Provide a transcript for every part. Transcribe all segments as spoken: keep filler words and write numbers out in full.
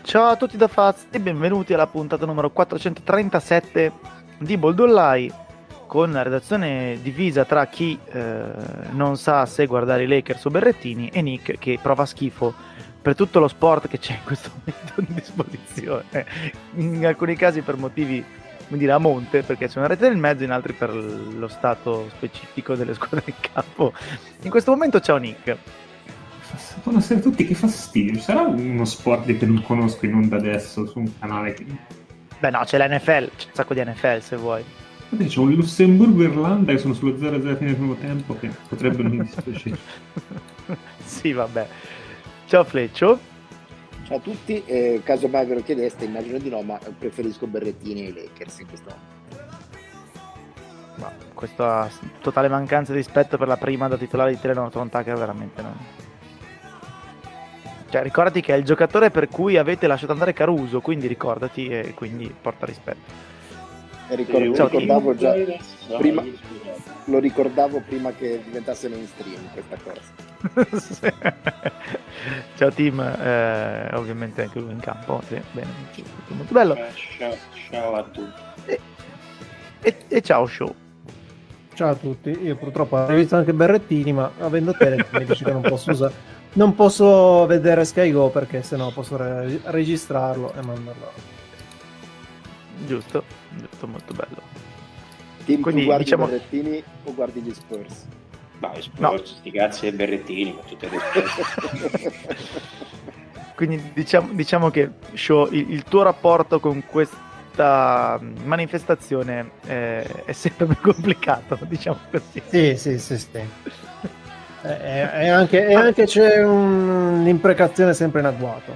Ciao a tutti da Faz e benvenuti alla puntata numero quattrocentotrentasette di Boldollai, con la redazione divisa tra chi eh, non sa se guardare i Lakers o Berrettini e Nick che prova schifo per tutto lo sport che c'è in questo momento a disposizione, in alcuni casi per motivi, come dire, a monte, perché c'è una rete nel mezzo, in altri per lo stato specifico delle squadre in campo. In questo momento ciao Nick. Buonasera a tutti, che fastidio. Sarà uno sport che non conosco in onda adesso su un canale che... Beh no, c'è la N F L, c'è un sacco di N F L se vuoi. Vabbè, c'è un Lussemburgo-Irlanda che sono sullo zero a zero a fine del primo tempo che potrebbero mi dispiacere. Sì, vabbè. Ciao Fleccio. Ciao a tutti, eh, caso mai ve lo chiedeste, immagino di no, ma preferisco Berrettini ai Lakers in questo momento. Ma questa totale mancanza di rispetto per la prima da titolare di Taylor Horton Tucker veramente non... Cioè, ricordati che è il giocatore per cui avete lasciato andare Caruso, quindi ricordati e quindi porta rispetto. E ricord- Ciao, ricordavo già prima, lo ricordavo prima che diventasse mainstream questa cosa. Ciao team, eh, ovviamente anche lui in campo, sì, bene, molto bello. Ciao, ciao a tutti. E, e, e ciao Show. Ciao a tutti, io purtroppo ho visto anche Berrettini, ma avendo te mi dice che non posso usare. Non posso vedere Sky Go perché sennò posso re- registrarlo e mandarlo. Giusto, giusto, molto bello. Team, Quindi, tu guardi diciamo... i Berrettini o guardi gli Spurs? Ma gli Spurs, No. sti cazzi e Berrettini, ma tutte le Spurs. Quindi diciamo, diciamo che Show, il, il tuo rapporto con questa manifestazione eh, è sempre più complicato, diciamo così. Sì, sì, sì, sì. E, e, anche, e anche c'è un, un'imprecazione sempre in agguato.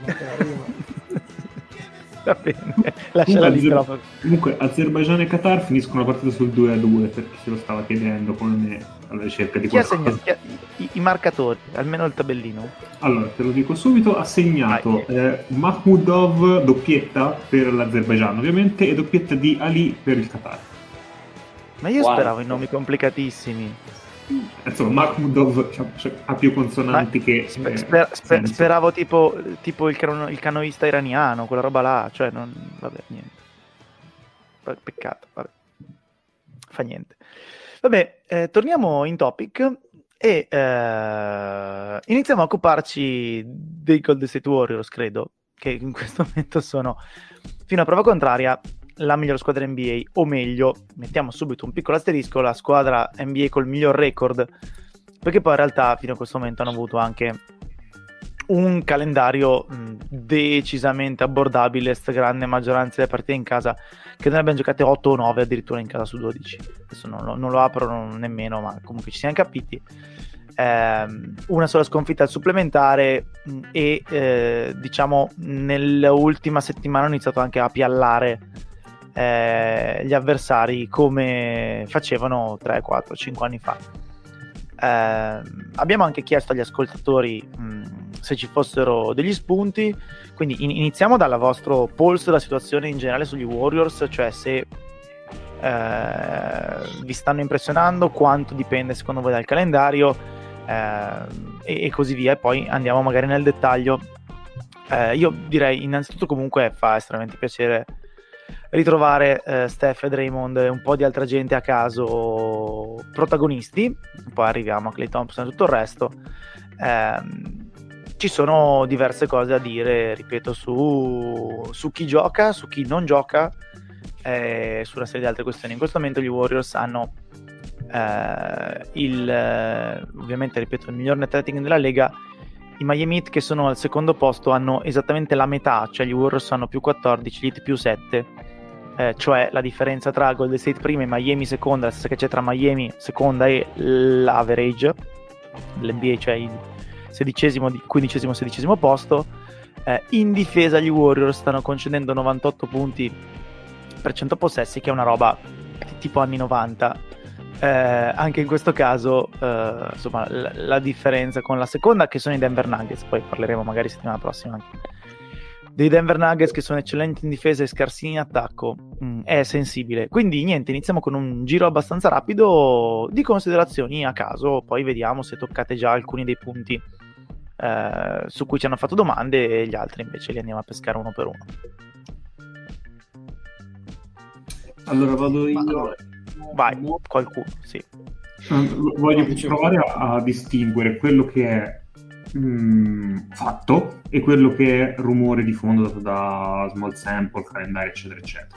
Va bene, lasciala lì però. Comunque Azerbaijan e Qatar finiscono la partita sul due a due, per chi se lo stava chiedendo come me alla ricerca di Chi ha qualcosa. segnato? Chi ha, i, I marcatori, almeno il tabellino. Allora, te lo dico subito, ha segnato eh, Mahmudov doppietta per l'Azerbaijan ovviamente e doppietta di Ali per il Qatar. Ma io Quanto? speravo in nomi complicatissimi. Insomma, Mahmudov ha più consonanti Ma che sper- eh, sper- sper- senso. speravo tipo, tipo il, cano- il canoista iraniano, quella roba là, cioè non... vabbè, niente. Pe- Peccato, vabbè. Fa niente. Vabbè, eh, torniamo in topic e eh, iniziamo a occuparci dei Golden State Warriors, credo, che in questo momento sono, fino a prova contraria, la miglior squadra N B A, o meglio, mettiamo subito un piccolo asterisco, la squadra N B A col miglior record, perché poi in realtà fino a questo momento hanno avuto anche un calendario mh, decisamente abbordabile, grande maggioranza delle partite in casa, che noi abbiamo giocate otto o nove addirittura in casa su dodici. Adesso non lo, non lo apro non, nemmeno, ma comunque ci siamo capiti. Eh, una sola sconfitta al supplementare mh, e eh, diciamo nell'ultima settimana ho iniziato anche a piallare eh, gli avversari come facevano tre, quattro, cinque anni fa. Eh, abbiamo anche chiesto agli ascoltatori mh, se ci fossero degli spunti, quindi in- iniziamo dal vostro polso della situazione in generale sugli Warriors, cioè se eh, vi stanno impressionando, quanto dipende secondo voi dal calendario eh, e-, e così via, e poi andiamo magari nel dettaglio. Eh, io direi innanzitutto comunque fa estremamente piacere ritrovare eh, Steph e Draymond e un po' di altra gente a caso protagonisti, poi arriviamo a Klay Thompson e tutto il resto. Eh, ci sono diverse cose da dire, ripeto, su, su chi gioca, su chi non gioca, e su una serie di altre questioni. In questo momento gli Warriors hanno eh, il eh, ovviamente, ripeto, il miglior net rating della Lega. I Miami Heat, che sono al secondo posto, hanno esattamente la metà, cioè gli Warriors hanno più quattordici, gli Heat più sette, eh, cioè la differenza tra Golden State prima e Miami seconda, la stessa che c'è tra Miami seconda e l'average dell'N B A, cioè il sedicesimo, quindicesimo, sedicesimo posto. Eh, in difesa gli Warriors stanno concedendo novantotto punti per cento possessi, che è una roba tipo anni novanta. Eh, anche in questo caso eh, insomma la, la differenza con la seconda, che sono i Denver Nuggets, poi parleremo magari settimana prossima anche dei Denver Nuggets, che sono eccellenti in difesa e scarsini in attacco, mh, è sensibile. Quindi niente, iniziamo con un giro abbastanza rapido di considerazioni a caso, poi vediamo se toccate già alcuni dei punti eh, su cui ci hanno fatto domande, e gli altri invece li andiamo a pescare uno per uno. Allora vado io. allora, Vai, qualcuno, sì. Voglio No, dicevo- provare a, a distinguere quello che è mh, fatto e quello che è rumore di fondo dato da small sample, calendari, eccetera, eccetera.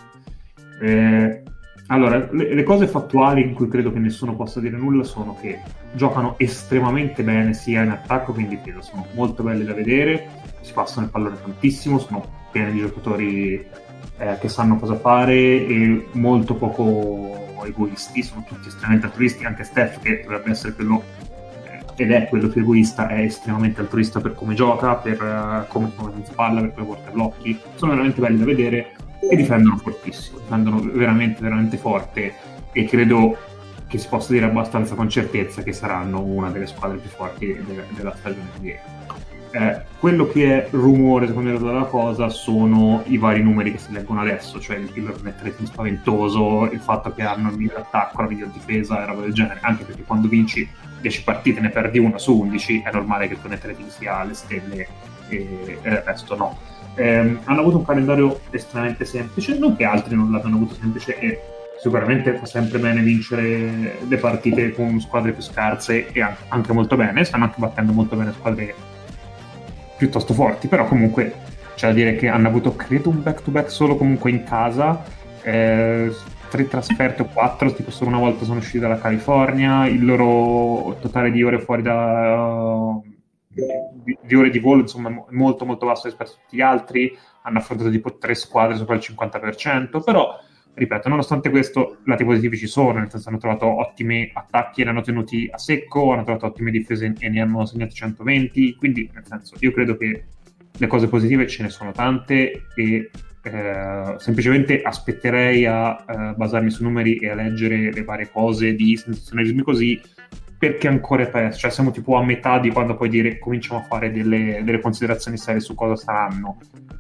Eh, allora, le, le cose fattuali in cui credo che nessuno possa dire nulla sono che giocano estremamente bene sia in attacco che in difesa, sono molto belli da vedere, si passano il pallone tantissimo, sono pieni di giocatori eh, che sanno cosa fare e molto poco egoisti, sono tutti estremamente altruisti, anche Steph che dovrebbe essere quello eh, ed è quello più egoista, è estremamente altruista per come gioca, per uh, come si muove senza palla, per come porta blocchi, sono veramente belli da vedere e difendono fortissimo, difendono veramente veramente forte e credo che si possa dire abbastanza con certezza che saranno una delle squadre più forti de- della stagione N B A. Eh, quello che è rumore secondo me della cosa sono i vari numeri che si leggono adesso, cioè il, il net rating spaventoso, il fatto che hanno il miglior attacco, la miglior difesa e roba del genere, anche perché quando vinci dieci partite ne perdi una su undici, è normale che il tuo net rating sia alle stelle e, e il resto no. Eh, hanno avuto un calendario estremamente semplice, non che altri non l'abbiano avuto semplice, e sicuramente fa sempre bene vincere le partite con squadre più scarse e anche molto bene, stanno anche battendo molto bene squadre piuttosto forti, però comunque c'è da dire che hanno avuto credo un back to back solo comunque in casa, eh, tre trasferte o quattro, tipo solo una volta sono usciti dalla California, il loro totale di ore fuori da di, di ore di volo insomma è molto molto basso rispetto a tutti gli altri, hanno affrontato tipo tre squadre sopra il cinquanta per cento, però ripeto, nonostante questo lati positivi ci sono, nel senso hanno trovato ottimi attacchi e li hanno tenuti a secco, hanno trovato ottime difese e ne hanno segnati centoventi, quindi nel senso io credo che le cose positive ce ne sono tante e eh, semplicemente aspetterei a eh, basarmi su numeri e a leggere le varie cose di sensazionalismi così, perché ancora è presto, cioè siamo tipo a metà di quando puoi dire cominciamo a fare delle, delle considerazioni serie su cosa saranno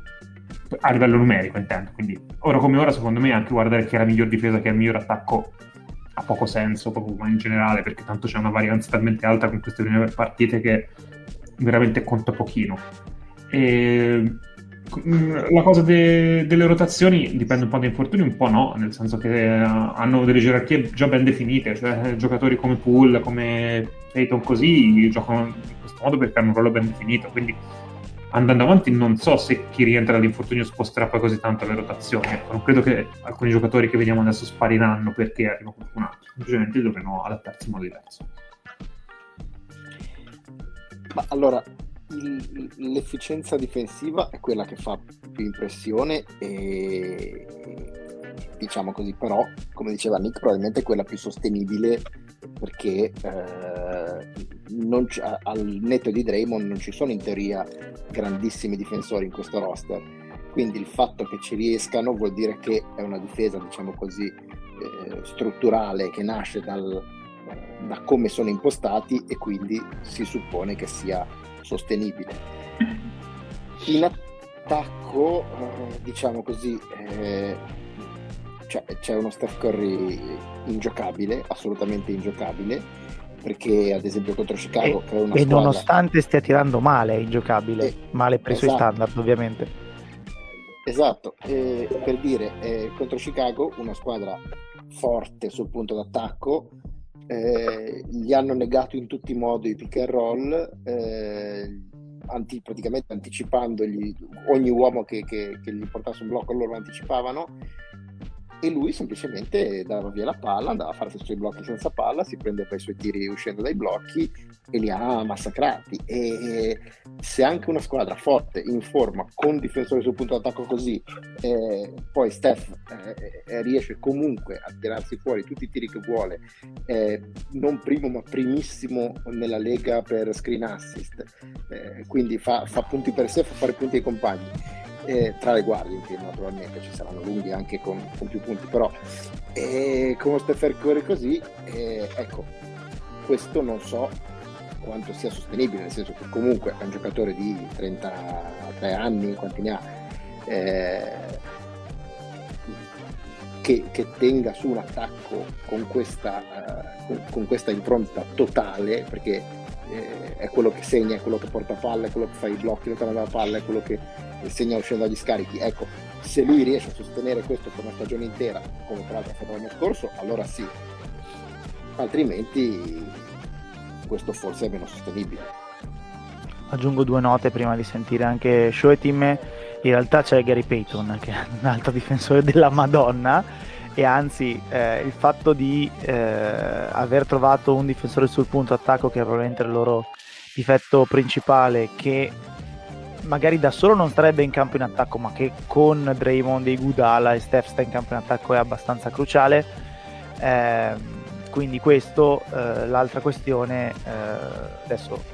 a livello numerico intendo, quindi ora come ora secondo me anche guardare chi è la miglior difesa, chi è il miglior attacco ha poco senso proprio, ma in generale perché tanto c'è una varianza talmente alta con queste prime partite che veramente conta pochino. E la cosa de- delle rotazioni dipende un po' dai infortuni, un po' no, nel senso che hanno delle gerarchie già ben definite, cioè giocatori come Poole, come Peyton così giocano in questo modo perché hanno un ruolo ben definito, quindi andando avanti non so se chi rientra dall'infortunio sposterà poi così tanto le rotazioni, ecco, non credo che alcuni giocatori che vediamo adesso spariranno perché arriva qualcun altro, semplicemente dovremo adattarsi in modo diverso. Ma allora, il, l'efficienza difensiva è quella che fa più impressione e diciamo così, però come diceva Nick probabilmente è quella più sostenibile perché eh, non c- al netto di Draymond non ci sono in teoria grandissimi difensori in questo roster, quindi il fatto che ci riescano vuol dire che è una difesa diciamo così eh, strutturale che nasce dal, da come sono impostati e quindi si suppone che sia sostenibile. In attacco eh, diciamo così eh, c'è, c'è uno Steph Curry ingiocabile, assolutamente ingiocabile, perché ad esempio contro Chicago e, che è una e squadra nonostante stia tirando male, è ingiocabile, eh, male per i suoi esatto. standard ovviamente. Esatto, eh, per dire eh, contro Chicago una squadra forte sul punto d'attacco, eh, gli hanno negato in tutti i modi i pick and roll, eh, anti, praticamente anticipandogli ogni uomo che, che, che gli portasse un blocco loro anticipavano e lui semplicemente dava via la palla, andava a farsi i suoi blocchi senza palla, si prendeva i suoi tiri uscendo dai blocchi e li ha massacrati. E se anche una squadra forte, in forma, con difensori sul punto d'attacco così, eh, poi Steph eh, riesce comunque a tirarsi fuori tutti i tiri che vuole, eh, non primo ma primissimo nella lega per screen assist, eh, quindi fa, fa punti per sé, fa fare punti ai compagni. Eh, tra le guardie che naturalmente ci saranno lunghi anche con, con più punti, però eh, con Stephen Curry così eh, ecco, questo non so quanto sia sostenibile, nel senso che comunque è un giocatore di trentatré anni, quanti ne ha, eh, che, che tenga su un attacco con questa, uh, con, con questa impronta totale, perché eh, è quello che segna, è quello che porta palla, è quello che fa i blocchi lontano dalla palla, è quello che segna uscendo dagli scarichi. Ecco, se lui riesce a sostenere questo per una stagione intera, come peraltro ha fatto l'anno scorso, allora sì, altrimenti questo forse è meno sostenibile. Aggiungo due note prima di sentire anche Shoetim. In realtà c'è Gary Payton, che è un altro difensore della Madonna, e anzi eh, il fatto di eh, aver trovato un difensore sul punto attacco, che è probabilmente il loro difetto principale, che magari da solo non starebbe in campo in attacco, ma che con Draymond, Iguodala e Steph sta in campo in attacco, è abbastanza cruciale. Eh, quindi questo, eh, l'altra questione, eh, adesso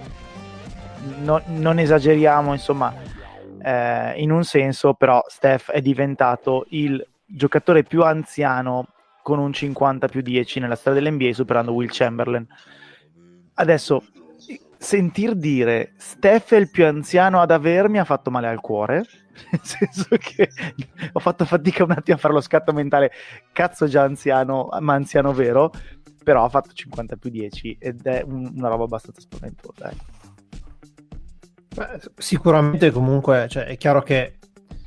no, non esageriamo, insomma, eh, in un senso, però Steph è diventato il giocatore più anziano con un cinquanta più dieci nella storia dell'N B A, superando Will Chamberlain. Adesso sentir dire Steph è il più anziano ad avermi ha fatto male al cuore, nel senso che ho fatto fatica un attimo a fare lo scatto mentale, cazzo già anziano, ma anziano vero, però ha fatto cinquanta più dieci ed è un, una roba abbastanza spaventosa. Eh. Beh, sicuramente comunque, cioè, è chiaro che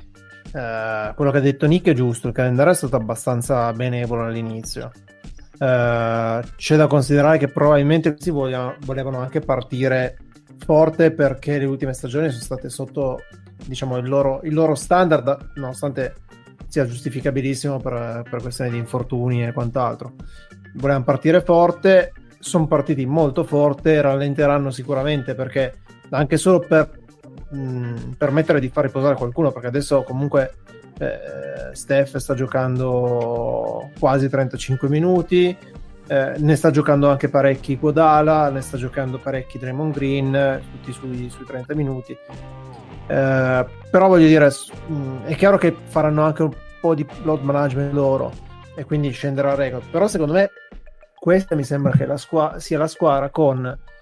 eh, quello che ha detto Nick è giusto, il calendario è stato abbastanza benevolo all'inizio. Uh, c'è da considerare che probabilmente si volevano, volevano anche partire forte, perché le ultime stagioni sono state sotto, diciamo, il loro, il loro standard, nonostante sia giustificabilissimo per, per questioni di infortuni e quant'altro. Volevano partire forte, sono partiti molto forte, rallenteranno sicuramente, perché anche solo per mh, permettere di far riposare qualcuno, perché adesso comunque Eh, Steph sta giocando quasi trentacinque minuti, eh, ne sta giocando anche parecchi Iguodala, ne sta giocando parecchi Draymond Green, tutti sui, sui trenta minuti, eh, però voglio dire, mh, è chiaro che faranno anche un po' di load management loro e quindi scenderà a record, però secondo me questa mi sembra che la squa- sia la squadra con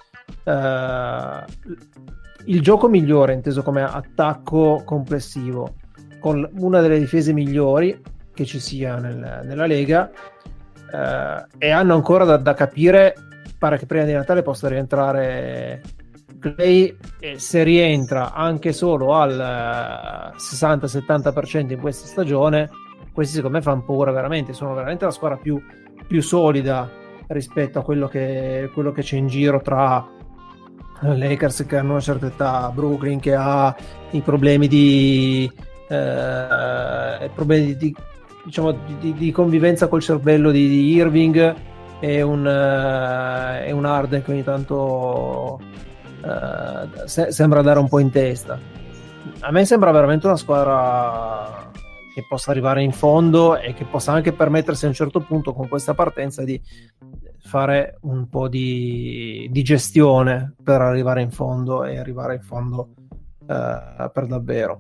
eh, il gioco migliore inteso come attacco complessivo, con una delle difese migliori che ci sia nel, nella Lega, eh, e hanno ancora da, da capire. Pare che prima di Natale possa rientrare Clay, e se rientra anche solo al sessanta settanta per cento in questa stagione, questi secondo me fanno paura veramente, sono veramente la squadra più, più solida rispetto a quello che, quello che c'è in giro tra Lakers che hanno una certa età, Brooklyn che ha i problemi di Eh, problemi di, diciamo, di, di convivenza col cervello di, di Irving, e un, uh, e un Harden che ogni tanto uh, se, sembra dare un po' in testa. A me sembra veramente una squadra che possa arrivare in fondo e che possa anche permettersi a un certo punto, con questa partenza, di fare un po' di, di gestione per arrivare in fondo e arrivare in fondo uh, per davvero.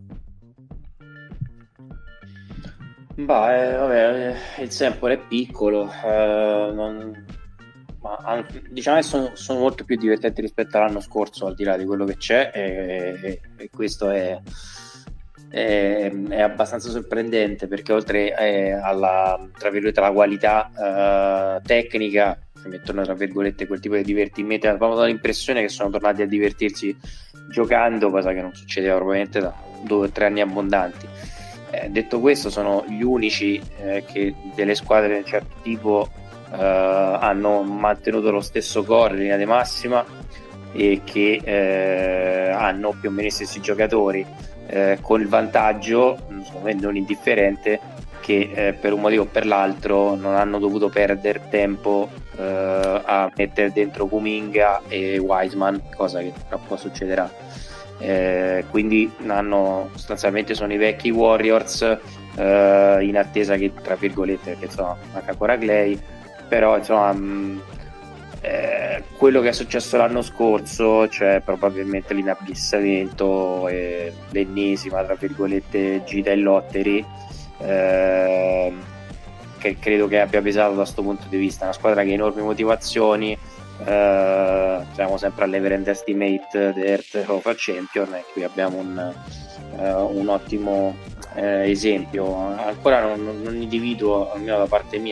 Bah, eh, vabbè, il sample è piccolo, eh, non... ma diciamo che sono, sono molto più divertenti rispetto all'anno scorso, al di là di quello che c'è, e, e, e questo è, è, è abbastanza sorprendente, perché oltre eh, alla, tra virgolette, alla qualità eh, tecnica, si mettono tra virgolette quel tipo di divertimento, mi dà l'impressione che sono tornati a divertirsi giocando, cosa che non succedeva probabilmente da due o tre anni abbondanti. Eh, detto questo, sono gli unici eh, che delle squadre di un certo tipo eh, hanno mantenuto lo stesso core in linea di massima e che eh, hanno più o meno gli stessi giocatori, eh, con il vantaggio, secondo me non indifferente, che eh, per un motivo o per l'altro non hanno dovuto perdere tempo eh, a mettere dentro Kuminga e Wiseman, cosa che tra un po' succederà. Eh, quindi hanno, sostanzialmente sono i vecchi Warriors, eh, in attesa che, tra virgolette, perché insomma manca ancora Clay, però insomma mh, eh, quello che è successo l'anno scorso, cioè probabilmente l'inabissamento e l'ennesima, tra virgolette, gita in lottery, eh, che credo che abbia pesato da questo punto di vista. Una squadra che ha enormi motivazioni. Uh, siamo sempre all'Everend Estimate The Earth of a Champion, e qui abbiamo un, uh, un ottimo uh, esempio. Ancora non, non individuo, almeno da parte mia,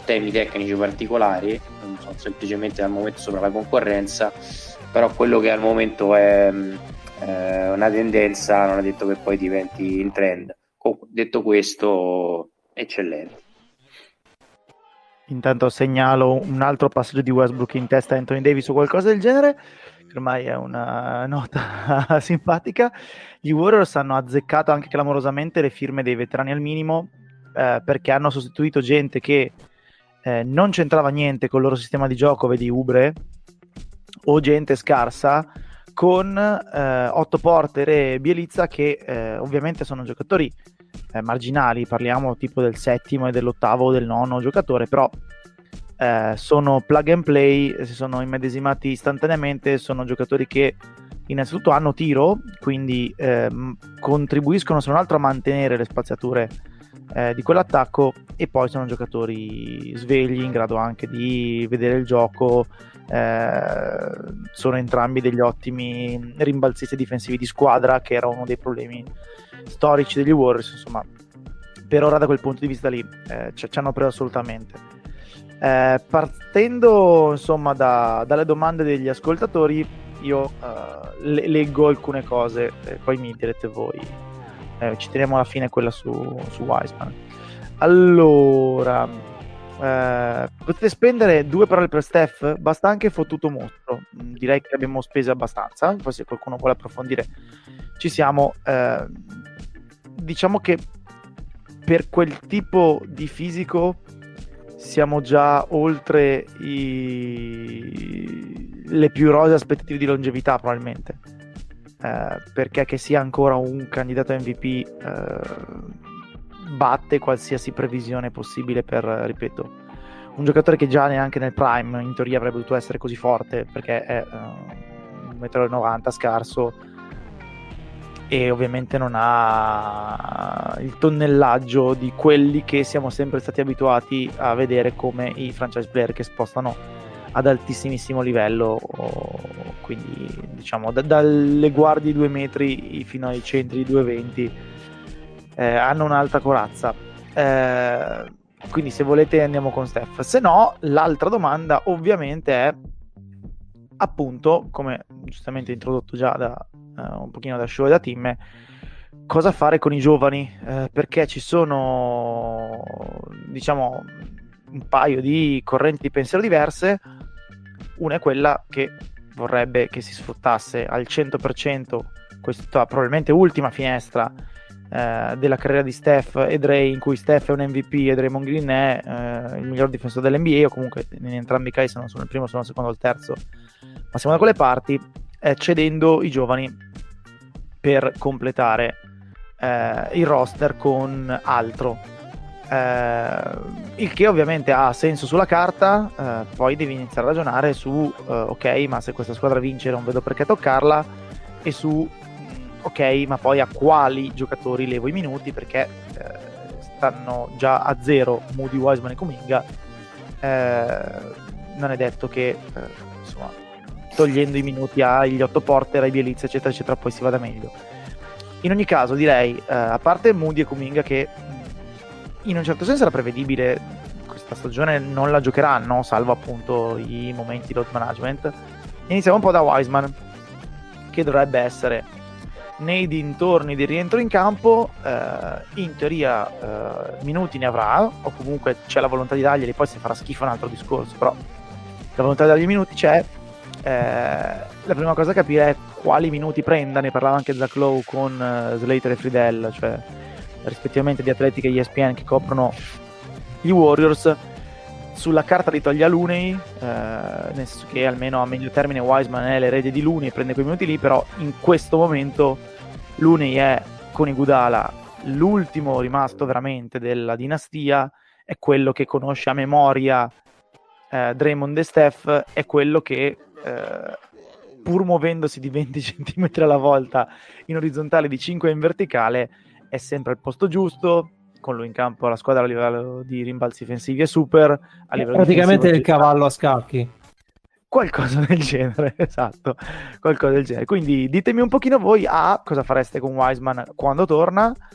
temi tecnici particolari, non sono semplicemente al momento sopra la concorrenza, però quello che al momento è eh, una tendenza non è detto che poi diventi in trend. Comunque, detto questo, eccellente. Intanto segnalo un altro passaggio di Westbrook in testa a Anthony Davis o qualcosa del genere, che ormai è una nota simpatica. Gli Warriors hanno azzeccato anche clamorosamente le firme dei veterani al minimo, eh, perché hanno sostituito gente che eh, non c'entrava niente con il loro sistema di gioco, vedi Oubre, o gente scarsa, con eh, Otto Porter e Bjelica, che eh, ovviamente sono giocatori Eh, marginali, parliamo tipo del settimo e dell'ottavo o del nono giocatore, però eh, sono plug and play, si sono immedesimati istantaneamente, sono giocatori che innanzitutto hanno tiro, quindi eh, contribuiscono se non altro a mantenere le spaziature eh, di quell'attacco, e poi sono giocatori svegli, in grado anche di vedere il gioco, eh, sono entrambi degli ottimi rimbalzisti difensivi di squadra, che era uno dei problemi storici degli Warriors. Insomma, per ora da quel punto di vista lì eh, ci, ci hanno preso assolutamente. Eh, partendo insomma da, dalle domande degli ascoltatori, io eh, le, leggo alcune cose e poi mi direte voi. Eh, ci teniamo alla fine quella su, su Wiseman. Allora, eh, potete spendere due parole per Steph? Basta anche fottuto mostro. Direi che abbiamo speso abbastanza, poi se qualcuno vuole approfondire ci siamo. Eh, diciamo che per quel tipo di fisico siamo già oltre i... le più rose aspettative di longevità, probabilmente, eh, perché che sia ancora un candidato M V P eh, batte qualsiasi previsione possibile per, ripeto, un giocatore che già neanche nel prime in teoria avrebbe dovuto essere così forte, perché è uh, un metro e novanta scarso e ovviamente non ha il tonnellaggio di quelli che siamo sempre stati abituati a vedere come i franchise player che spostano ad altissimissimo livello, quindi diciamo da, dalle guardie due metri fino ai centri due venti, eh, hanno un'alta corazza, eh, quindi se volete andiamo con Steph. Se no, l'altra domanda ovviamente è, appunto, come giustamente introdotto già da Uh, un pochino da show e da team, cosa fare con i giovani, uh, perché ci sono, diciamo, un paio di correnti di pensiero diverse. Una è quella che vorrebbe che si sfruttasse al cento per cento questa probabilmente ultima finestra uh, della carriera di Steph e Dre, in cui Steph è un M V P e Draymond Green è uh, il miglior difensore dell'N B A, o comunque in entrambi i casi, se non sono il primo, sono il secondo o il terzo, ma siamo da quelle parti, eh, cedendo i giovani per completare eh, il roster con altro, eh, il che ovviamente ha senso sulla carta. Eh, poi devi iniziare a ragionare su eh, ok, ma se questa squadra vince non vedo perché toccarla, e su ok, ma poi a quali giocatori levo i minuti, perché eh, stanno già a zero Moody, Wiseman e Kuminga, eh, non è detto che eh, insomma, togliendo i minuti agli Otto Porter, ai Bjelica eccetera eccetera poi si vada meglio. In ogni caso direi, eh, a parte Moody e Kuminga, che in un certo senso era prevedibile, questa stagione non la giocheranno salvo appunto i momenti di load management, iniziamo un po' da Wiseman, che dovrebbe essere nei dintorni di rientro in campo, eh, in teoria eh, minuti ne avrà, o comunque c'è la volontà di darglieli, poi se farà schifo è un altro discorso, però la volontà di dargli minuti c'è. Eh, la prima cosa da capire è quali minuti prenda. Ne parlava anche Zach Lowe con uh, Slater e Friedel, cioè rispettivamente di Athletic e E S P N, che coprono gli Warriors. Sulla carta li toglie a Looney, eh, nel senso che almeno a medio termine Wiseman è l'erede di Looney e prende quei minuti lì, però in questo momento Looney è, con Iguodala, l'ultimo rimasto veramente della dinastia, è quello che conosce a memoria eh, Draymond e Steph, è quello che eh, pur muovendosi di venti centimetri alla volta in orizzontale, di cinque in verticale, è sempre al posto giusto. Con lui in campo la squadra a livello di rimbalzi difensivi è super, a livello praticamente il difensivo cavallo a scacchi, qualcosa del genere, esatto, qualcosa del genere. Quindi ditemi un pochino voi a cosa fareste con Wiseman quando torna,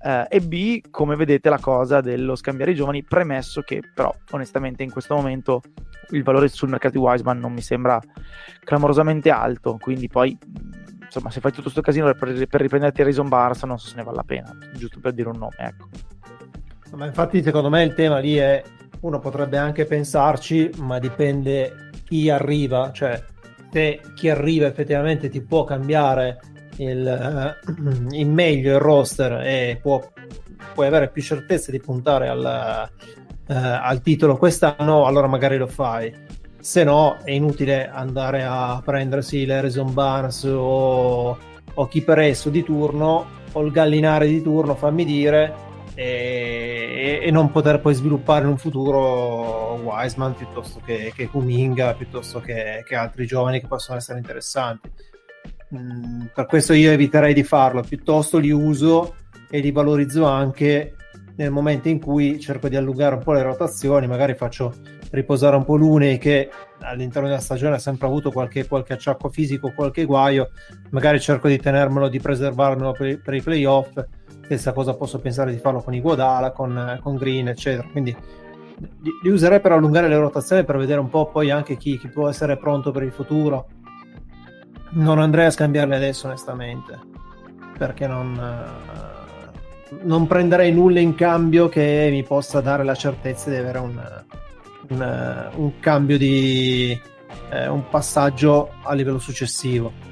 eh, e B, come vedete la cosa dello scambiare i giovani, premesso che però onestamente in questo momento il valore sul mercato di Wiseman non mi sembra clamorosamente alto, quindi poi insomma se fai tutto questo casino per, per riprenderti Harrison Barnes non so se ne vale la pena, giusto per dire un nome, ecco. Ma infatti secondo me il tema lì è, uno potrebbe anche pensarci, ma dipende chi arriva, cioè se chi arriva effettivamente ti può cambiare il, uh, in meglio il roster e può, puoi avere più certezze di puntare al, uh, al titolo quest'anno, allora magari lo fai. Se no è inutile andare a prendersi l'Harrison Barnes o, o chi per esso di turno o il Gallinari di turno, fammi dire, e, e non poter poi sviluppare in un futuro Wiseman piuttosto che, che Kuminga, piuttosto che, che altri giovani che possono essere interessanti. Mm, per questo io eviterei di farlo, piuttosto li uso e li valorizzo anche nel momento in cui cerco di allungare un po' le rotazioni, magari faccio riposare un po' l'Une che all'interno della stagione ha sempre avuto qualche, qualche acciacco fisico, qualche guaio, magari cerco di tenermelo, di preservarmelo per, per i playoff. Stessa cosa posso pensare di farlo con Iguodala, con, con Green, eccetera. Quindi li, li userei per allungare le rotazioni, per vedere un po' poi anche chi, chi può essere pronto per il futuro. Non andrei a scambiarli adesso onestamente, perché non, uh, non prenderei nulla in cambio che mi possa dare la certezza di avere un, un, un cambio di eh, un passaggio a livello successivo.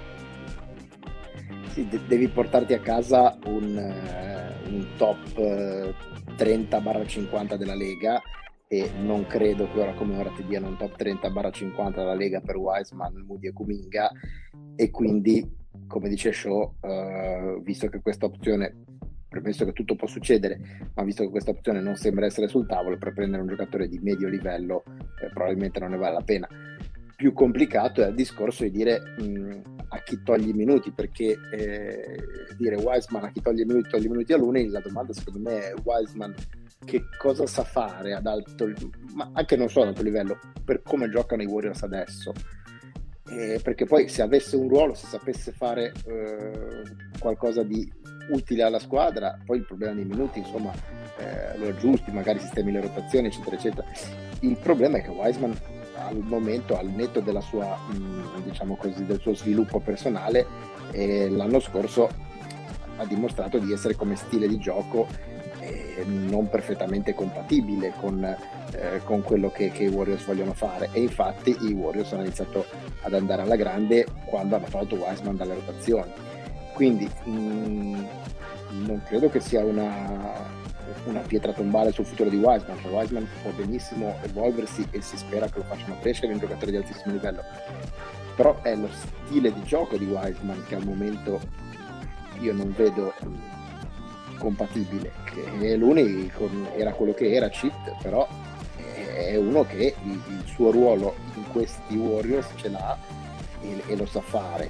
Sì, de- devi portarti a casa un, uh, un top uh, trenta cinquanta della Lega, e non credo che ora come ora ti diano un top trenta cinquanta della Lega per Wiseman, Moody e Kuminga, e quindi, come dice Shaw, uh, visto che questa opzione, premesso che tutto può succedere, ma visto che questa opzione non sembra essere sul tavolo, per prendere un giocatore di medio livello eh, probabilmente non ne vale la pena. Più complicato è il discorso di dire mh, a chi togli i minuti, perché eh, dire Wiseman a chi toglie i minuti, toglie i minuti a Looney, la domanda secondo me è Wiseman che cosa sa fare ad alto, ma anche non solo ad alto livello, per come giocano i Warriors adesso, eh, perché poi se avesse un ruolo, se sapesse fare eh, qualcosa di utile alla squadra, poi il problema dei minuti insomma eh, lo aggiusti, magari sistemi le rotazioni eccetera eccetera. Il problema è che Wiseman al momento, al netto della sua mh, diciamo così, del suo sviluppo personale, eh, l'anno scorso ha dimostrato di essere come stile di gioco eh, non perfettamente compatibile con, eh, con quello che, che i Warriors vogliono fare, e infatti i Warriors hanno iniziato ad andare alla grande quando hanno tolto Wiseman dalle rotazioni. Quindi mh, non credo che sia una una pietra tombale sul futuro di Wiseman. Cioè, Wiseman può benissimo evolversi e si spera che lo facciano crescere in giocatore di altissimo livello, però è lo stile di gioco di Wiseman che al momento io non vedo compatibile. Che Looney era quello che era, cheat, però è uno che il, il suo ruolo in questi Warriors ce l'ha e, e lo sa fare,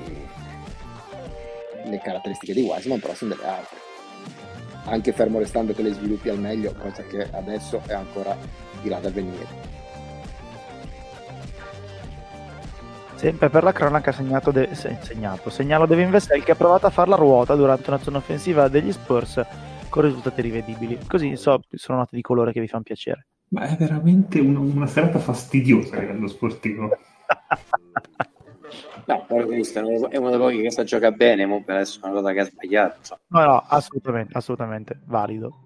e le caratteristiche di Wiseman però sono delle altre, anche fermo restando che le sviluppi al meglio, cosa che adesso è ancora di là da venire. Sempre per la cronaca segnato de- segnato, segnalo Devin Vassell che ha provato a fare la ruota durante un'azione offensiva degli Spurs con risultati rivedibili. Così so, sono note di colore che vi fanno piacere. Ma è veramente un, una serata fastidiosa a livello sportivo. No, però questo è uno dei pochi che sa giocare bene, ma per adesso è una cosa che ha sbagliato. So. No, no, assolutamente, assolutamente valido.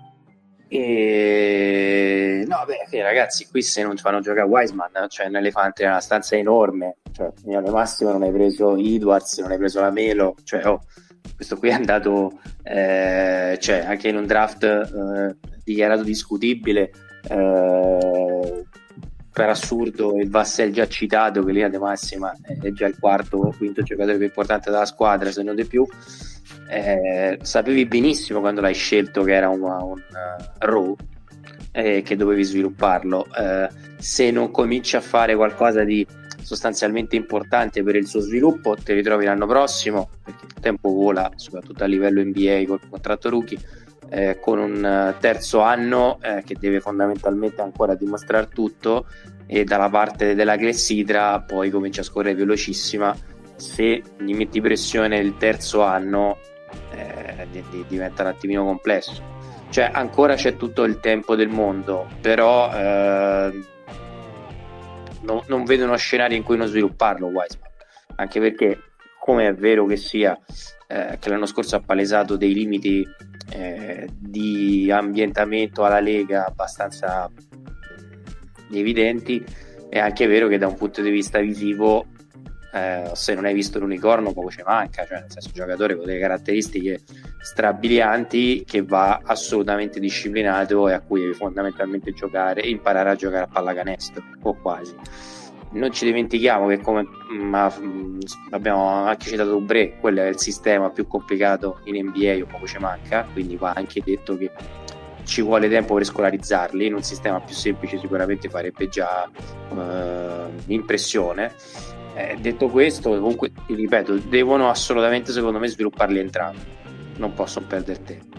E no, beh, sì, ragazzi, qui se non ci fanno giocare Wiseman, cioè un elefante è una stanza enorme, cioè al massimo non hai preso Edwards, non hai preso la Melo, cioè oh, questo qui è andato eh, cioè anche in un draft eh, dichiarato discutibile, eh, per assurdo il Vassell già citato, che lì De Massima è già il quarto o quinto giocatore più importante della squadra, se non di più. Eh, sapevi benissimo quando l'hai scelto che era un, un uh, raw eh, che dovevi svilupparlo. Eh, se non cominci a fare qualcosa di sostanzialmente importante per il suo sviluppo, ti ritrovi l'anno prossimo, perché il tempo vola soprattutto a livello N B A col contratto rookie, eh, con un uh, terzo anno eh, che deve fondamentalmente ancora dimostrare tutto, e dalla parte della clessidra poi comincia a scorrere velocissima. Se gli metti pressione il terzo anno, eh, eh, di, di, diventa un attimino complesso. Cioè ancora c'è tutto il tempo del mondo, però eh, non, non vedo uno scenario in cui non svilupparlo Wiseman, anche perché, come è vero che sia eh, che l'anno scorso ha palesato dei limiti eh, di ambientamento alla Lega abbastanza mh, evidenti, è anche vero che da un punto di vista visivo eh, se non hai visto l'unicorno poco ci manca, cioè nel senso un giocatore con delle caratteristiche strabilianti che va assolutamente disciplinato e a cui devi fondamentalmente giocare e imparare a giocare a pallacanestro o quasi. Non ci dimentichiamo che, come ma, mh, abbiamo anche citato Oubre, quello è il sistema più complicato in N B A o poco ci manca, quindi va anche detto che ci vuole tempo per scolarizzarli. In un sistema più semplice sicuramente farebbe già eh, impressione. Eh, detto questo, comunque ti ripeto, devono assolutamente secondo me svilupparli entrambi, non possono perdere tempo.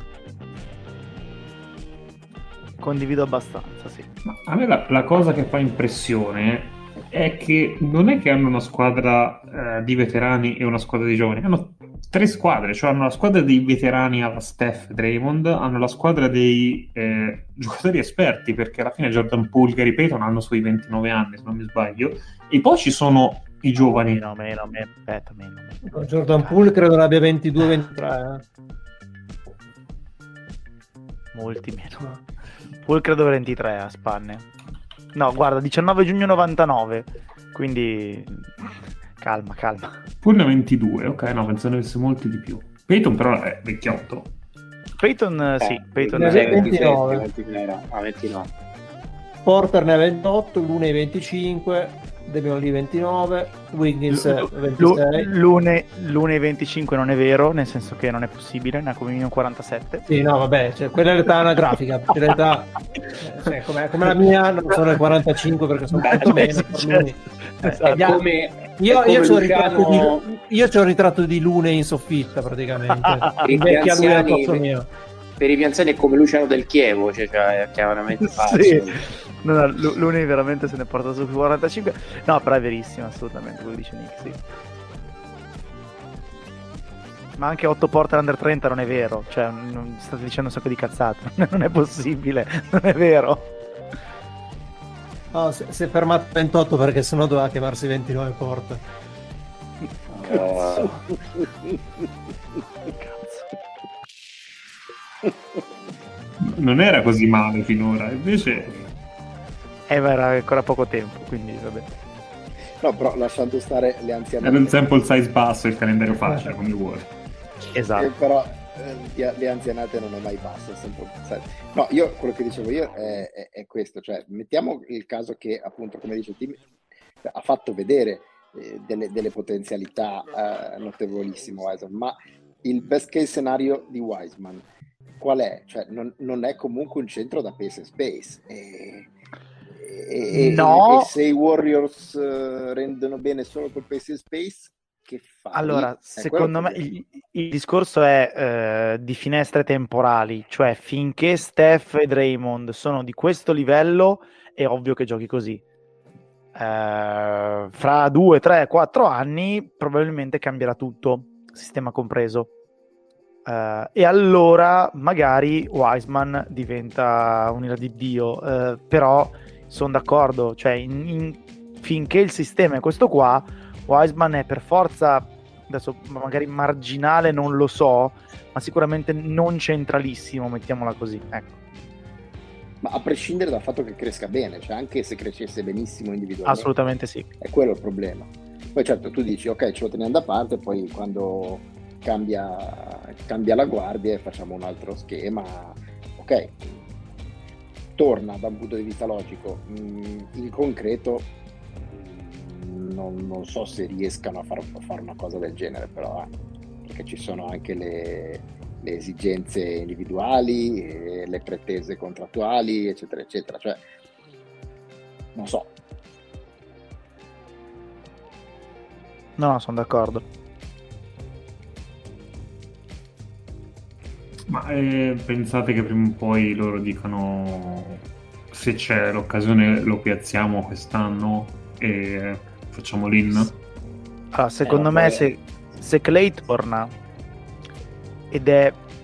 Condivido abbastanza, sì. Ma a me la, la cosa che fa impressione è che non è che hanno una squadra eh, di veterani e una squadra di giovani, hanno tre squadre, cioè hanno la squadra dei veterani alla Steph e Draymond, hanno la squadra dei eh, giocatori esperti, perché alla fine Jordan Poole, Gary Payton hanno sui ventinove anni, se non mi sbaglio, e poi ci sono i giovani. Meno, meno, meno, aspetta, meno, meno. Jordan Poole credo ne abbia ventidue ventitré. Eh. Molti meno. Poole credo ventitré a spanne. No, guarda, diciannove giugno novantanove, quindi calma, calma. Poole ventidue, ok, no, pensavo ne avesse molti di più. Payton però è vecchiotto. Payton, eh, sì, Payton ne è aveva ventinove. ventinove. Ah, ventinove. Porter ne ha ventotto, Lune venticinque, Damian Lee ventinove, Wiggins Lu- ventisei. Lune, Lune venticinque non è vero, nel senso che non è possibile, ne ha come minimo quarantasette. Sì, no, vabbè, cioè, quella è l'età anagrafica, perché l'età, eh, cioè, come, come la mia, non sono le quarantacinque perché sono molto meno. sì, per certo. lui. Eh, Esatto. gli- Come, io, è come io, c'ho il Luciano- ritratto di, io c'ho il ritratto di Lune in soffitta praticamente, invecchia lui al posto mio. Per i pianzani è come Luciano del Chievo, cioè, cioè è chiaramente falso. Sì. No, no, Lu- Lune veramente se ne porta su quarantacinque. No, però è verissimo, assolutamente, quello dice Nick, sì. Ma anche otto Porter under trenta non è vero, cioè non, state dicendo un sacco di cazzate, non è possibile, non è vero. No, si si è fermato a ventotto perché sennò doveva chiamarsi ventinove Porter. Uh, Non era così male finora, invece Eh, ma era ancora poco tempo, quindi vabbè. No, però lasciando stare le anzianate. era un sample size basso e il calendario facile, come vuoi. Esatto. Eh, però eh, le anzianate non è mai basso, è sempre sai. No, io quello che dicevo io è, è, è questo, cioè mettiamo il caso che appunto, come dice Tim, ha fatto vedere eh, delle, delle potenzialità eh, notevolissime Wiseman, ma il best case scenario di Wiseman qual è? Cioè non, non è comunque un centro da pace e space e, e, No. e, e se i Warriors uh, rendono bene solo col pace e space, che fai? Allora, È secondo me quello il il, il discorso è eh, di finestre temporali, cioè finché Steph e Draymond sono di questo livello è ovvio che giochi così. Eh, fra due, tre, quattro anni probabilmente cambierà tutto, sistema compreso. Eh, e allora magari Wiseman diventa un'ira di Dio, eh, però sono d'accordo, cioè in, in, finché il sistema è questo qua, Wiseman è per forza, adesso magari marginale non lo so, ma sicuramente non centralissimo, mettiamola così, ecco. Ma a prescindere dal fatto che cresca bene, cioè anche se crescesse benissimo individualmente, Assolutamente sì. è quello il problema. Poi certo tu dici ok, ce lo teniamo da parte, poi quando cambia, cambia la guardia e facciamo un altro schema, ok, torna da un punto di vista logico. In concreto non, non so se riescano a, far, a fare una cosa del genere, però eh, perché ci sono anche le, le esigenze individuali, e le pretese contrattuali, eccetera eccetera, cioè non so. No, sono d'accordo. Ma eh, pensate che prima o poi loro dicano se c'è l'occasione lo piazziamo quest'anno e facciamo l'in? Allora, secondo Eh, me poi- se, se Clay torna ed è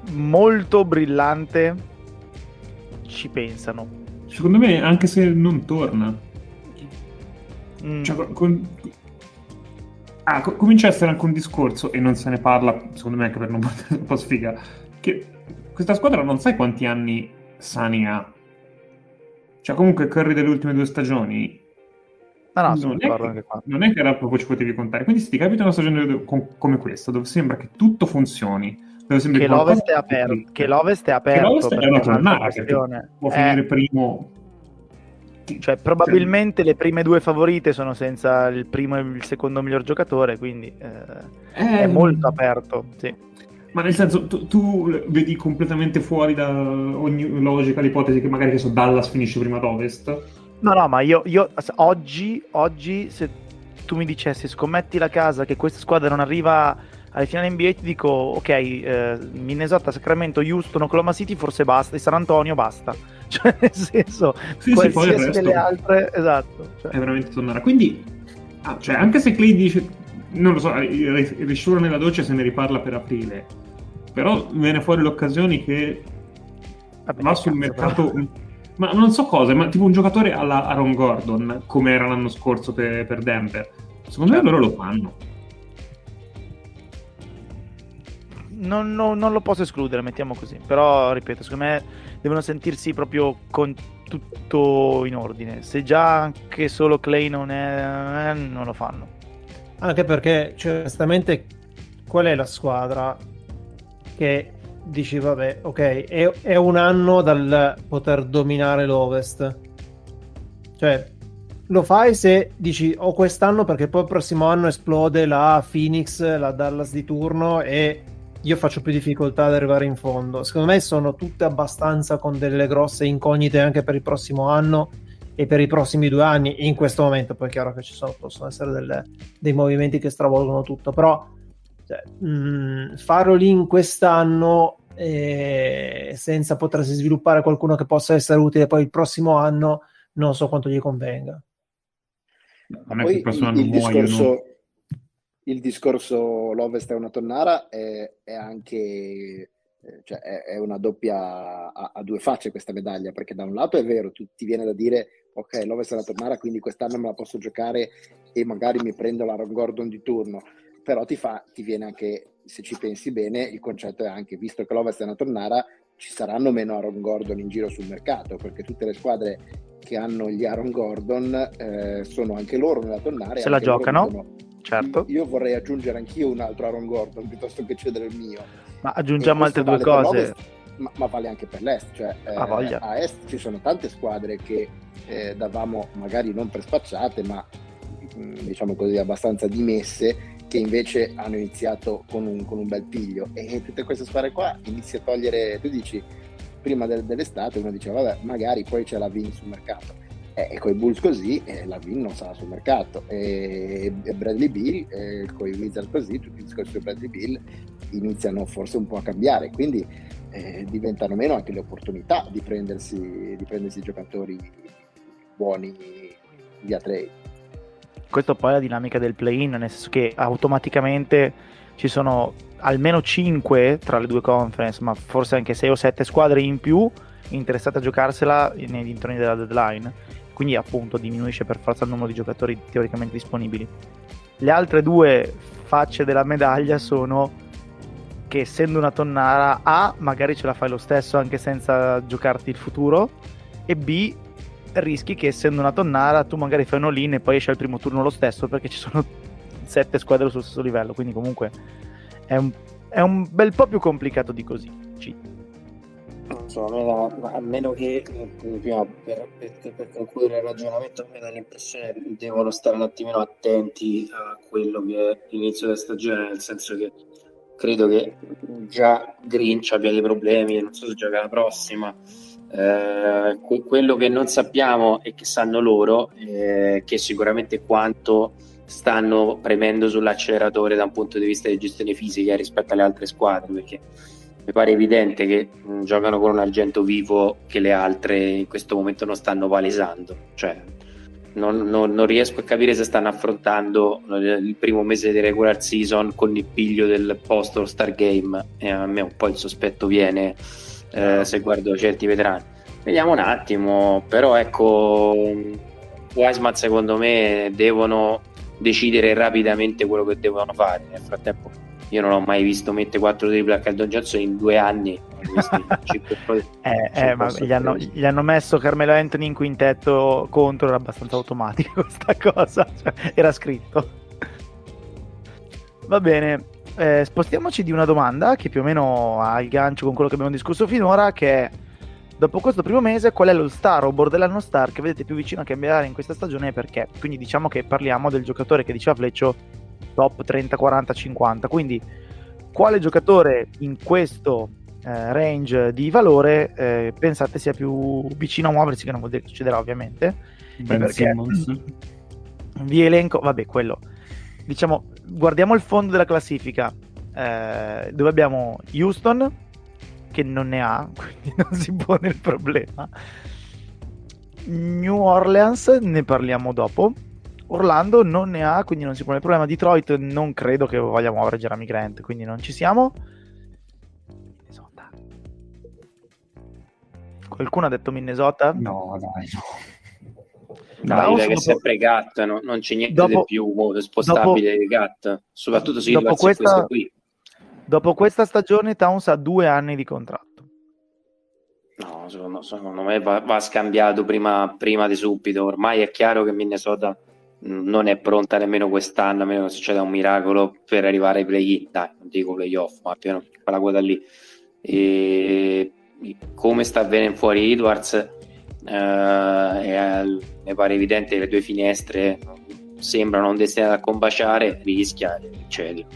molto brillante ci pensano. Secondo me, anche se non torna, Mm. cioè, con, con- ah, co- comincia a essere anche un discorso, e non se ne parla, secondo me, anche per non portare un po' sfiga, che questa squadra non sai quanti anni sani ha. Cioè, comunque, Curry delle ultime due stagioni No, no, sono non è, d'accordo che, anche qua. non è che era proprio ci potevi contare. Quindi se ti capita una stagione do- com- come questa, dove sembra che tutto funzioni, dove sembra Che qualcosa l'Ovest è aperto, che l'Ovest è che aperto l'Ovest è perché una è un'altra tonnara, perché questione. può Eh, finire primo. cioè, probabilmente le prime due favorite sono senza il primo e il secondo miglior giocatore, quindi eh, è Eh, molto aperto. Sì. Ma nel senso, tu, tu vedi completamente fuori da ogni logica l'ipotesi che magari che so, Dallas finisce prima ad Ovest? No, no, ma io, io oggi, oggi, se tu mi dicessi scommetti la casa che questa squadra non arriva alle finali N B A, ti dico ok, eh, Minnesota, Sacramento, Houston, Oklahoma City forse basta, e San Antonio basta. Cioè, nel senso, Sì, sì, poi il qualsiasi resto delle altre, esatto. Cioè. è veramente tonnara. Quindi, ah, cioè, anche se Clay dice, non lo so, risciura nella doccia se ne riparla per aprile, però viene fuori l'occasione che Vabbè, va che sul cazzo, mercato, però. ma non so cosa, ma tipo un giocatore alla Aaron Gordon, come era l'anno scorso per, per Denver. Secondo Certo. me loro lo fanno. Non, non- non lo posso escludere, mettiamo così. Però, ripeto, secondo me devono sentirsi proprio con tutto in ordine. Se già anche solo Clay non è, eh, non lo fanno. Anche perché, cioè, onestamente, qual è la squadra che dici, vabbè, ok, è, è un anno dal poter dominare l'Ovest. Cioè, lo fai se dici, ho quest'anno perché poi il prossimo anno esplode la Phoenix, la Dallas di turno e io faccio più difficoltà ad arrivare in fondo. Secondo me sono tutte abbastanza con delle grosse incognite anche per il prossimo anno e per i prossimi due anni in questo momento. Poi è chiaro che ci sono, possono essere delle, dei movimenti che stravolgono tutto, però cioè, mh, farlo lì in quest'anno eh, senza potersi sviluppare qualcuno che possa essere utile poi il prossimo anno non so quanto gli convenga. Non è che il Poi prossimo il, anno il muoiono. discorso, il discorso l'Ovest è una tonnara è, è anche eh, cioè è, è una doppia a, a due facce questa medaglia, perché da un lato è vero, tu, ti viene da dire ok, l'Ovest è una tonnara, quindi quest'anno me la posso giocare e magari mi prendo l'Aaron Gordon di turno, però ti, fa, ti viene anche, se ci pensi bene, il concetto è anche, visto che l'Ovest è una tonnara, ci saranno meno Aaron Gordon in giro sul mercato, perché tutte le squadre che hanno gli Aaron Gordon eh, sono anche loro nella tonnara. Se la anche loro giocano, dicono, certo. Io, io vorrei aggiungere anch'io un altro Aaron Gordon piuttosto che cedere il mio. Ma aggiungiamo altre due vale cose. Ma, ma vale anche per l'Est. Cioè, eh, Ah, voglia. a Est ci sono tante squadre che eh, davamo magari non per spacciate, ma mh, diciamo così abbastanza dimesse, che invece hanno iniziato con un, con un bel piglio. E tutte queste squadre qua inizi a togliere, tu dici, prima del, dell'estate uno diceva vabbè, magari poi c'è la Vin sul mercato. E con i Bulls così, eh, la Vin non sarà sul mercato, e, e Bradley Beal, eh, con i Wizards così, tutti i discorsi di Bradley Beal iniziano forse un po' a cambiare, quindi eh, diventano meno anche le opportunità di prendersi, di prendersi giocatori buoni via trade. Questo poi è la dinamica del play-in, nel senso che automaticamente ci sono almeno cinque tra le due conference, ma forse anche sei o sette squadre in più interessate a giocarsela nei dintorni della deadline, quindi appunto diminuisce per forza il numero di giocatori teoricamente disponibili. Le altre due facce della medaglia sono che, essendo una tonnara, A, magari ce la fai lo stesso anche senza giocarti il futuro, e B, rischi che, essendo una tonnara, tu magari fai un all-in e poi esci al primo turno lo stesso perché ci sono sette squadre sul stesso livello, quindi comunque è un, è un bel po' più complicato di così. C- Non so, a, me da, a meno che prima per, per, per concludere il ragionamento, a me dà l'impressione che devono stare un attimino attenti a quello che è l'inizio della stagione, nel senso che credo che già Grinch abbia dei problemi, non so se gioca la prossima. Eh, quello che non sappiamo e che sanno loro è che sicuramente quanto stanno premendo sull'acceleratore da un punto di vista di gestione fisica rispetto alle altre squadre, perché mi pare evidente che mh, giocano con un argento vivo che le altre in questo momento non stanno palesando, cioè non, non, non riesco a capire se stanno affrontando il primo mese di regular season con il piglio del post All-Star Game, e a me un po' il sospetto viene eh, se guardo certi veterani. Vediamo un attimo, però ecco, Wiseman secondo me devono decidere rapidamente quello che devono fare. Nel frattempo io non ho mai visto mettere quattro triple a Keldon Johnson in due anni. eh, eh, ma gli, hanno, gli hanno messo Carmelo Anthony in quintetto contro, era abbastanza automatica questa cosa, cioè, era scritto. Va bene, eh, spostiamoci di una domanda che più o meno ha il gancio con quello che abbiamo discusso finora, che è: dopo questo primo mese, qual è lo star o borderline star che vedete più vicino a cambiare in questa stagione e perché? Quindi diciamo che parliamo del giocatore che diceva Fleccio, top trenta, quaranta, cinquanta. Quindi quale giocatore in questo eh, range di valore eh, pensate sia più vicino a muoversi, che non vuol dire che succederà ovviamente. Ben perché Simmons. Vi elenco, vabbè, quello. Diciamo, guardiamo il fondo della classifica, eh, dove abbiamo Houston, che non ne ha, quindi non si pone il problema. New Orleans, ne parliamo dopo. Orlando non ne ha, quindi non si pone il problema. Detroit non credo che voglia muovere Jeremy Grant, quindi non ci siamo. Minnesota. Qualcuno ha detto Minnesota? No, dai, no. No, direi che è sempre Gat, no? Non c'è niente dopo, di più spostabile dopo, di Gat, soprattutto se dopo questa, questo qui. Dopo questa stagione Towns ha due anni di contratto. No, secondo, secondo me va, va scambiato prima, prima di subito. Ormai è chiaro che Minnesota non è pronta nemmeno quest'anno, a meno che succeda un miracolo, per arrivare ai play-in. Dai, non dico play-off, ma più quella quota lì. E come sta avvenendo fuori Edwards, eh, mi pare evidente che le due finestre sembrano non destinate a combaciare, rischia il cielo.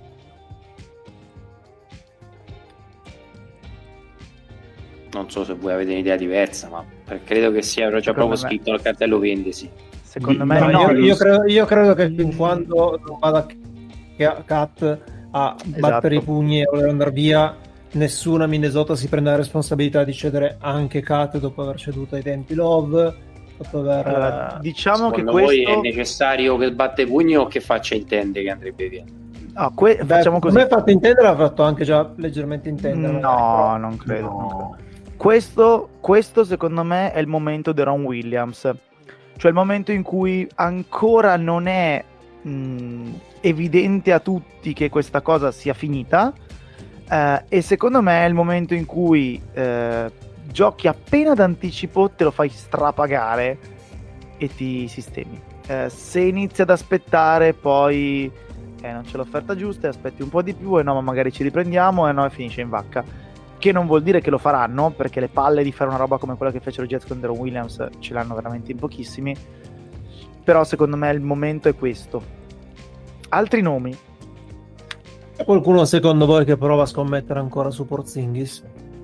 Non so se voi avete un'idea diversa, ma credo che sia già proprio me... scritto al cartello vendesi. Secondo me no, no, io, io, credo, io credo che fin quando non vada Cat a esatto. battere i pugni e voler andare via, nessuna Minnesota si prende la responsabilità di cedere anche Cat dopo aver ceduto ai tempi Love. Dopo aver... Allora, diciamo secondo che questo... voi è necessario che batte i pugni o che faccia intendere che andrebbe via? No, que- Beh, facciamo così. A me fatto intendere, l'ha fatto anche già leggermente intendere. No, però... non credo. No. Non credo. Questo, questo secondo me è il momento di Ron Williams, cioè il momento in cui ancora non è mh, evidente a tutti che questa cosa sia finita, eh, e secondo me è il momento in cui eh, giochi appena d'anticipo, te lo fai strapagare e ti sistemi. Eh, se inizi ad aspettare, poi eh, non c'è l'offerta giusta, e aspetti un po' di più, e no, ma magari ci riprendiamo, e no, e finisce in vacca. Che non vuol dire che lo faranno, perché le palle di fare una roba come quella che fecero i Jets con Deron Williams ce l'hanno veramente in pochissimi. Però secondo me il momento è questo. Altri nomi? C'è qualcuno secondo voi che prova a scommettere ancora su Porzingis?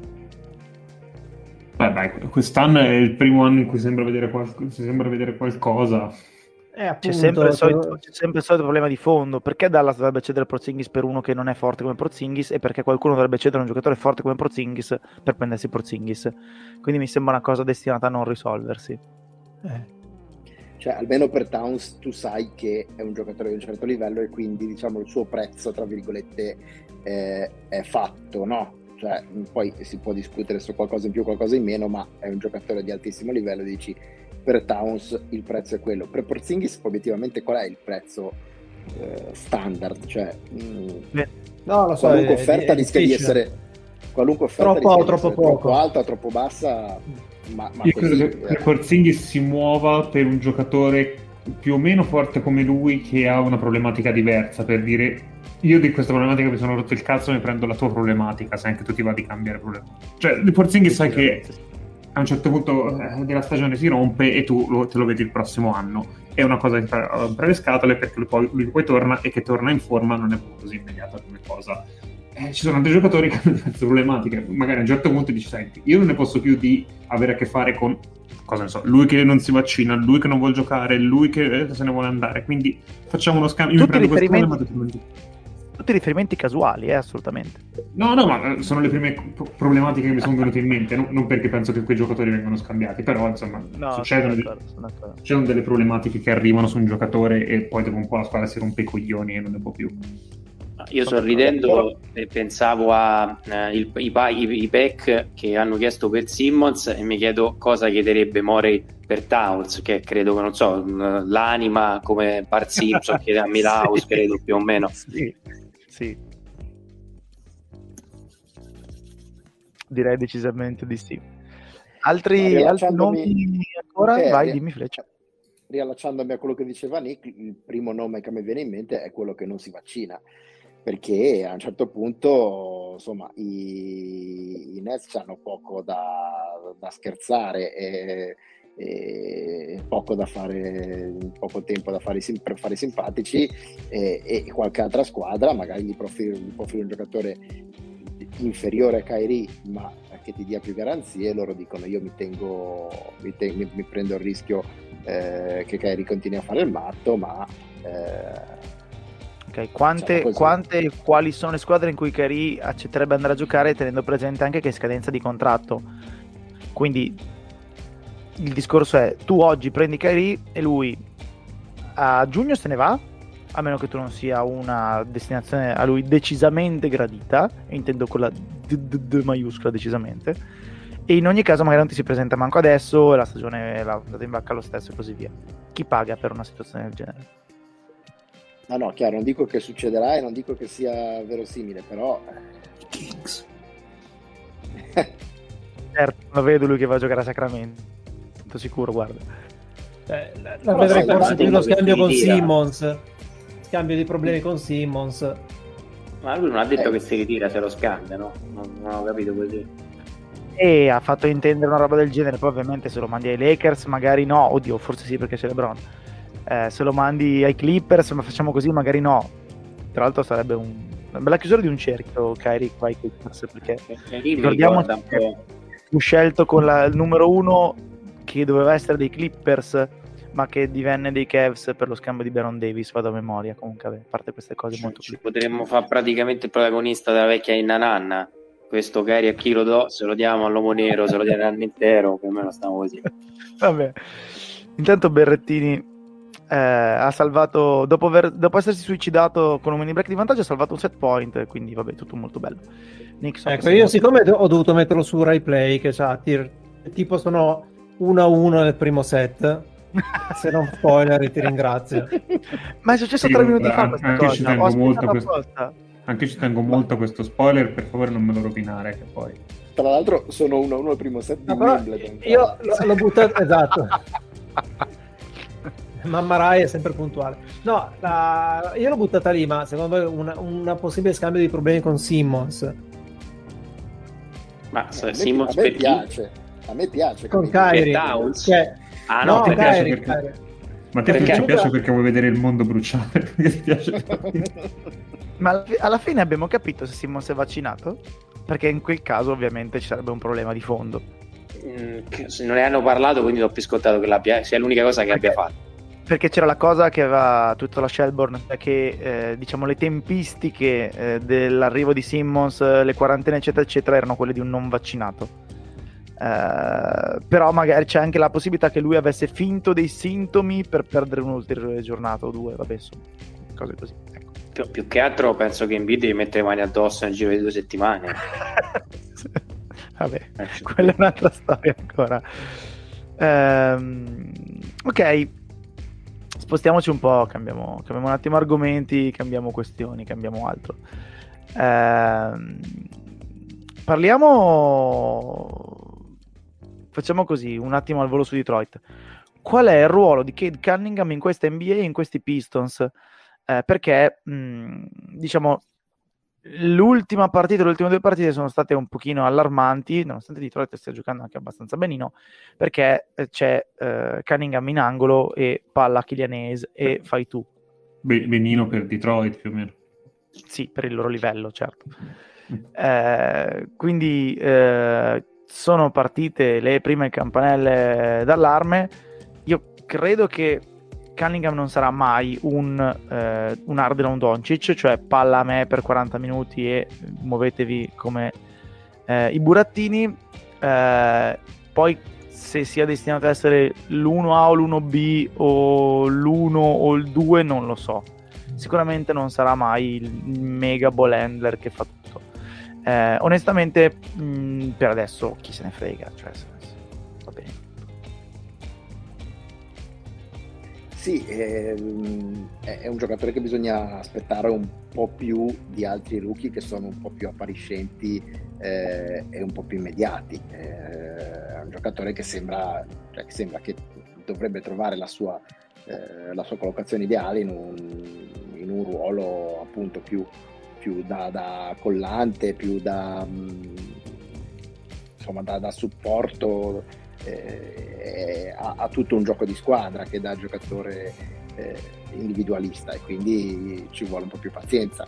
Beh, dai, quest'anno è il primo anno in cui sembra vedere, qual- si sembra vedere qualcosa. Eh, appunto, c'è, sempre il solito, c'è sempre il solito problema di fondo. Perché Dallas dovrebbe cedere Porzingis per uno che non è forte come Porzingis, e perché qualcuno dovrebbe cedere un giocatore forte come Porzingis per prendersi Porzingis? Quindi mi sembra una cosa destinata a non risolversi. Eh. Cioè, almeno per Towns tu sai che è un giocatore di un certo livello, e quindi diciamo il suo prezzo, tra virgolette, eh, è fatto, no? Cioè, poi si può discutere su qualcosa in più, qualcosa in meno, ma è un giocatore di altissimo livello, dici. Per Towns il prezzo è quello. Per Porzingis obiettivamente qual è il prezzo eh, standard? Cioè, mh, no, lo so, qualunque è, offerta è rischia di essere qualunque offerta troppo, rischia troppo di essere poco. troppo alta o troppo bassa. Ma, ma Io così, credo che, eh. che Porzingis si muova per un giocatore più o meno forte come lui, che ha una problematica diversa, per dire: io di questa problematica mi sono rotto il cazzo, mi prendo la tua problematica, se anche tu ti va di cambiare problema. Cioè, di Porzingis sai che a un certo punto eh, della stagione si rompe e tu lo, te lo vedi il prossimo anno. È una cosa che fa rompere le scatole, perché lui poi, lui poi torna, e che torna in forma non è così immediata come cosa. Eh, ci sono altri giocatori che hanno diverse problematiche. Magari a un certo punto dici: senti, io non ne posso più di avere a che fare con, cosa ne so, lui che non si vaccina, lui che non vuole giocare, lui che se ne vuole andare, quindi facciamo uno scambio. Io mi prendo questo problema. Tu tutti riferimenti casuali, eh, assolutamente. No, no, ma sono le prime problematiche che mi sono venute in mente, non, non perché penso che quei giocatori vengano scambiati, però insomma no, succedono, sono d'accordo, sono d'accordo. succedono delle problematiche che arrivano su un giocatore e poi dopo un po' la squadra si rompe i coglioni e non ne può più. Io sorridendo e pensavo a eh, il, i, i, i pack che hanno chiesto per Simmons e mi chiedo cosa chiederebbe Morey per Towns, che credo che non so, l'anima come Bart Simpson chiede a Milhouse, sì, credo più o meno. Sì, sì. Direi decisamente di sì. Altri, no, altri nomi ancora? eh, Vai, ri- dimmi Fleccia. Riallacciandomi a quello che diceva Nick, il primo nome che mi viene in mente è quello che non si vaccina, perché a un certo punto insomma i, i Nets hanno poco da, da scherzare e, e poco da fare, poco tempo da fare per fare simpatici, e, e qualche altra squadra magari gli può offrire, gli può offrire un giocatore inferiore a Kyrie ma che ti dia più garanzie, e loro dicono io mi tengo mi, te, mi, mi prendo il rischio eh, che Kyrie continui a fare il matto, ma eh, ok, quante, quante e quali sono le squadre in cui Kyrie accetterebbe andare a giocare, tenendo presente anche che è scadenza di contratto? Quindi il discorso è: tu oggi prendi Kyrie e lui a giugno se ne va, a meno che tu non sia una destinazione a lui decisamente gradita, intendo con la D, D, D maiuscola decisamente, e in ogni caso magari non ti si presenta manco adesso e la stagione va andata in vacca lo stesso e così via. Chi paga per una situazione del genere? No, no, chiaro, non dico che succederà e non dico che sia verosimile, però Kings. Certo, lo vedo lui che va a giocare a Sacramento, sicuro, guarda. Eh, la, la vedrei forse più lo scambio con Simmons, scambio di problemi con Simmons. Ma lui non ha detto eh. che si ritira se lo scambia, no? Non, non ho capito così. E ha fatto intendere una roba del genere. Poi ovviamente se lo mandi ai Lakers magari no, oddio forse sì perché c'è LeBron, eh, se lo mandi ai Clippers ma facciamo così magari no. Tra l'altro sarebbe un, una bella chiusura di un cerchio Kyrie qua ai Clippers, perché ricordiamo che fu scelto con la, il numero uno che doveva essere dei Clippers ma che divenne dei Cavs per lo scambio di Baron Davis, vado a memoria. Comunque a parte queste cose ci, molto ci potremmo fare praticamente il protagonista della vecchia Inna Nanna. Questo Kyrie a chi lo do, se lo diamo all'uomo nero, se lo diamo all'intero, più o meno stiamo così. Vabbè, intanto Berrettini eh, ha salvato, dopo, aver, dopo essersi suicidato con un mini break di vantaggio, ha salvato un set point, quindi vabbè, tutto molto bello. Nixon, ecco, io siccome ho dovuto metterlo su Rai Play, che sa, tir, tipo sono uno a uno nel primo set, se non spoiler ti ringrazio. Ma è successo sì, tre minuti fa questa anche cosa, ci tengo molto questo, anche ci tengo molto a questo spoiler, per favore non me lo rovinare, che poi tra l'altro sono uno a uno al primo set di no, Wimbledon. Io l- l'ho buttato, esatto. Mamma Rai è sempre puntuale. No, la... io l'ho buttata lì, ma secondo me una, una possibile scambio di problemi con Simmons. Ma a Simmons me, a me per piace, a me piace con Kyrie. Cioè, ah no, no ti Kyrie, piace perché... Kyrie. Ma te perché ti piace perché vuoi vedere il mondo bruciare? Perché ti piace ma alla fine abbiamo capito se Simmons è vaccinato? Perché in quel caso ovviamente ci sarebbe un problema di fondo. Mm, non ne hanno parlato, quindi l'ho piscottato che l'abbia, sia l'unica cosa che perché, abbia fatto. Perché c'era la cosa che aveva tutta la Shelbourne, che eh, diciamo le tempistiche eh, dell'arrivo di Simmons, le quarantene eccetera eccetera erano quelle di un non vaccinato. Uh, però magari c'è anche la possibilità che lui avesse finto dei sintomi per perdere un'ulteriore giornata o due, vabbè, insomma, cose così, ecco. più, più che altro penso che Embiid devi mettere le mani addosso nel giro di due settimane. Vabbè, quella è un'altra storia ancora. Um, ok, spostiamoci un po', cambiamo, cambiamo un attimo argomenti, cambiamo questioni, cambiamo altro. Uh, parliamo Facciamo così, un attimo al volo su Detroit. Qual è il ruolo di Cade Cunningham in questa N B A e in questi Pistons? Eh, perché, mh, diciamo, l'ultima partita, le ultime due partite sono state un pochino allarmanti, nonostante Detroit stia giocando anche abbastanza benino, perché c'è eh, Cunningham in angolo e palla a Killian Hayes e fai tu. Benino per Detroit, più o meno. Sì, per il loro livello, certo. Eh, quindi... Eh, sono partite le prime campanelle d'allarme. Io credo che Cunningham non sarà mai un, eh, un Arden Doncic, cioè palla a me per quaranta minuti e muovetevi come eh, i burattini. Eh, poi se sia destinato ad essere l'uno A o l'uno B o l'uno o il due non lo so. Sicuramente non sarà mai il mega ball handler che fa tutto. Eh, onestamente mh, per adesso chi se ne frega, cioè, va bene. Sì, è, è un giocatore che bisogna aspettare un po' più di altri rookie che sono un po' più appariscenti eh, e un po' più immediati. Eh, è un giocatore che sembra, cioè, che sembra che dovrebbe trovare la sua, eh, la sua collocazione ideale in un, in un ruolo appunto più, più da, da collante, più da, insomma, da, da supporto Eh, ha, ha tutto un gioco di squadra che da giocatore eh, individualista, e quindi ci vuole un po' più pazienza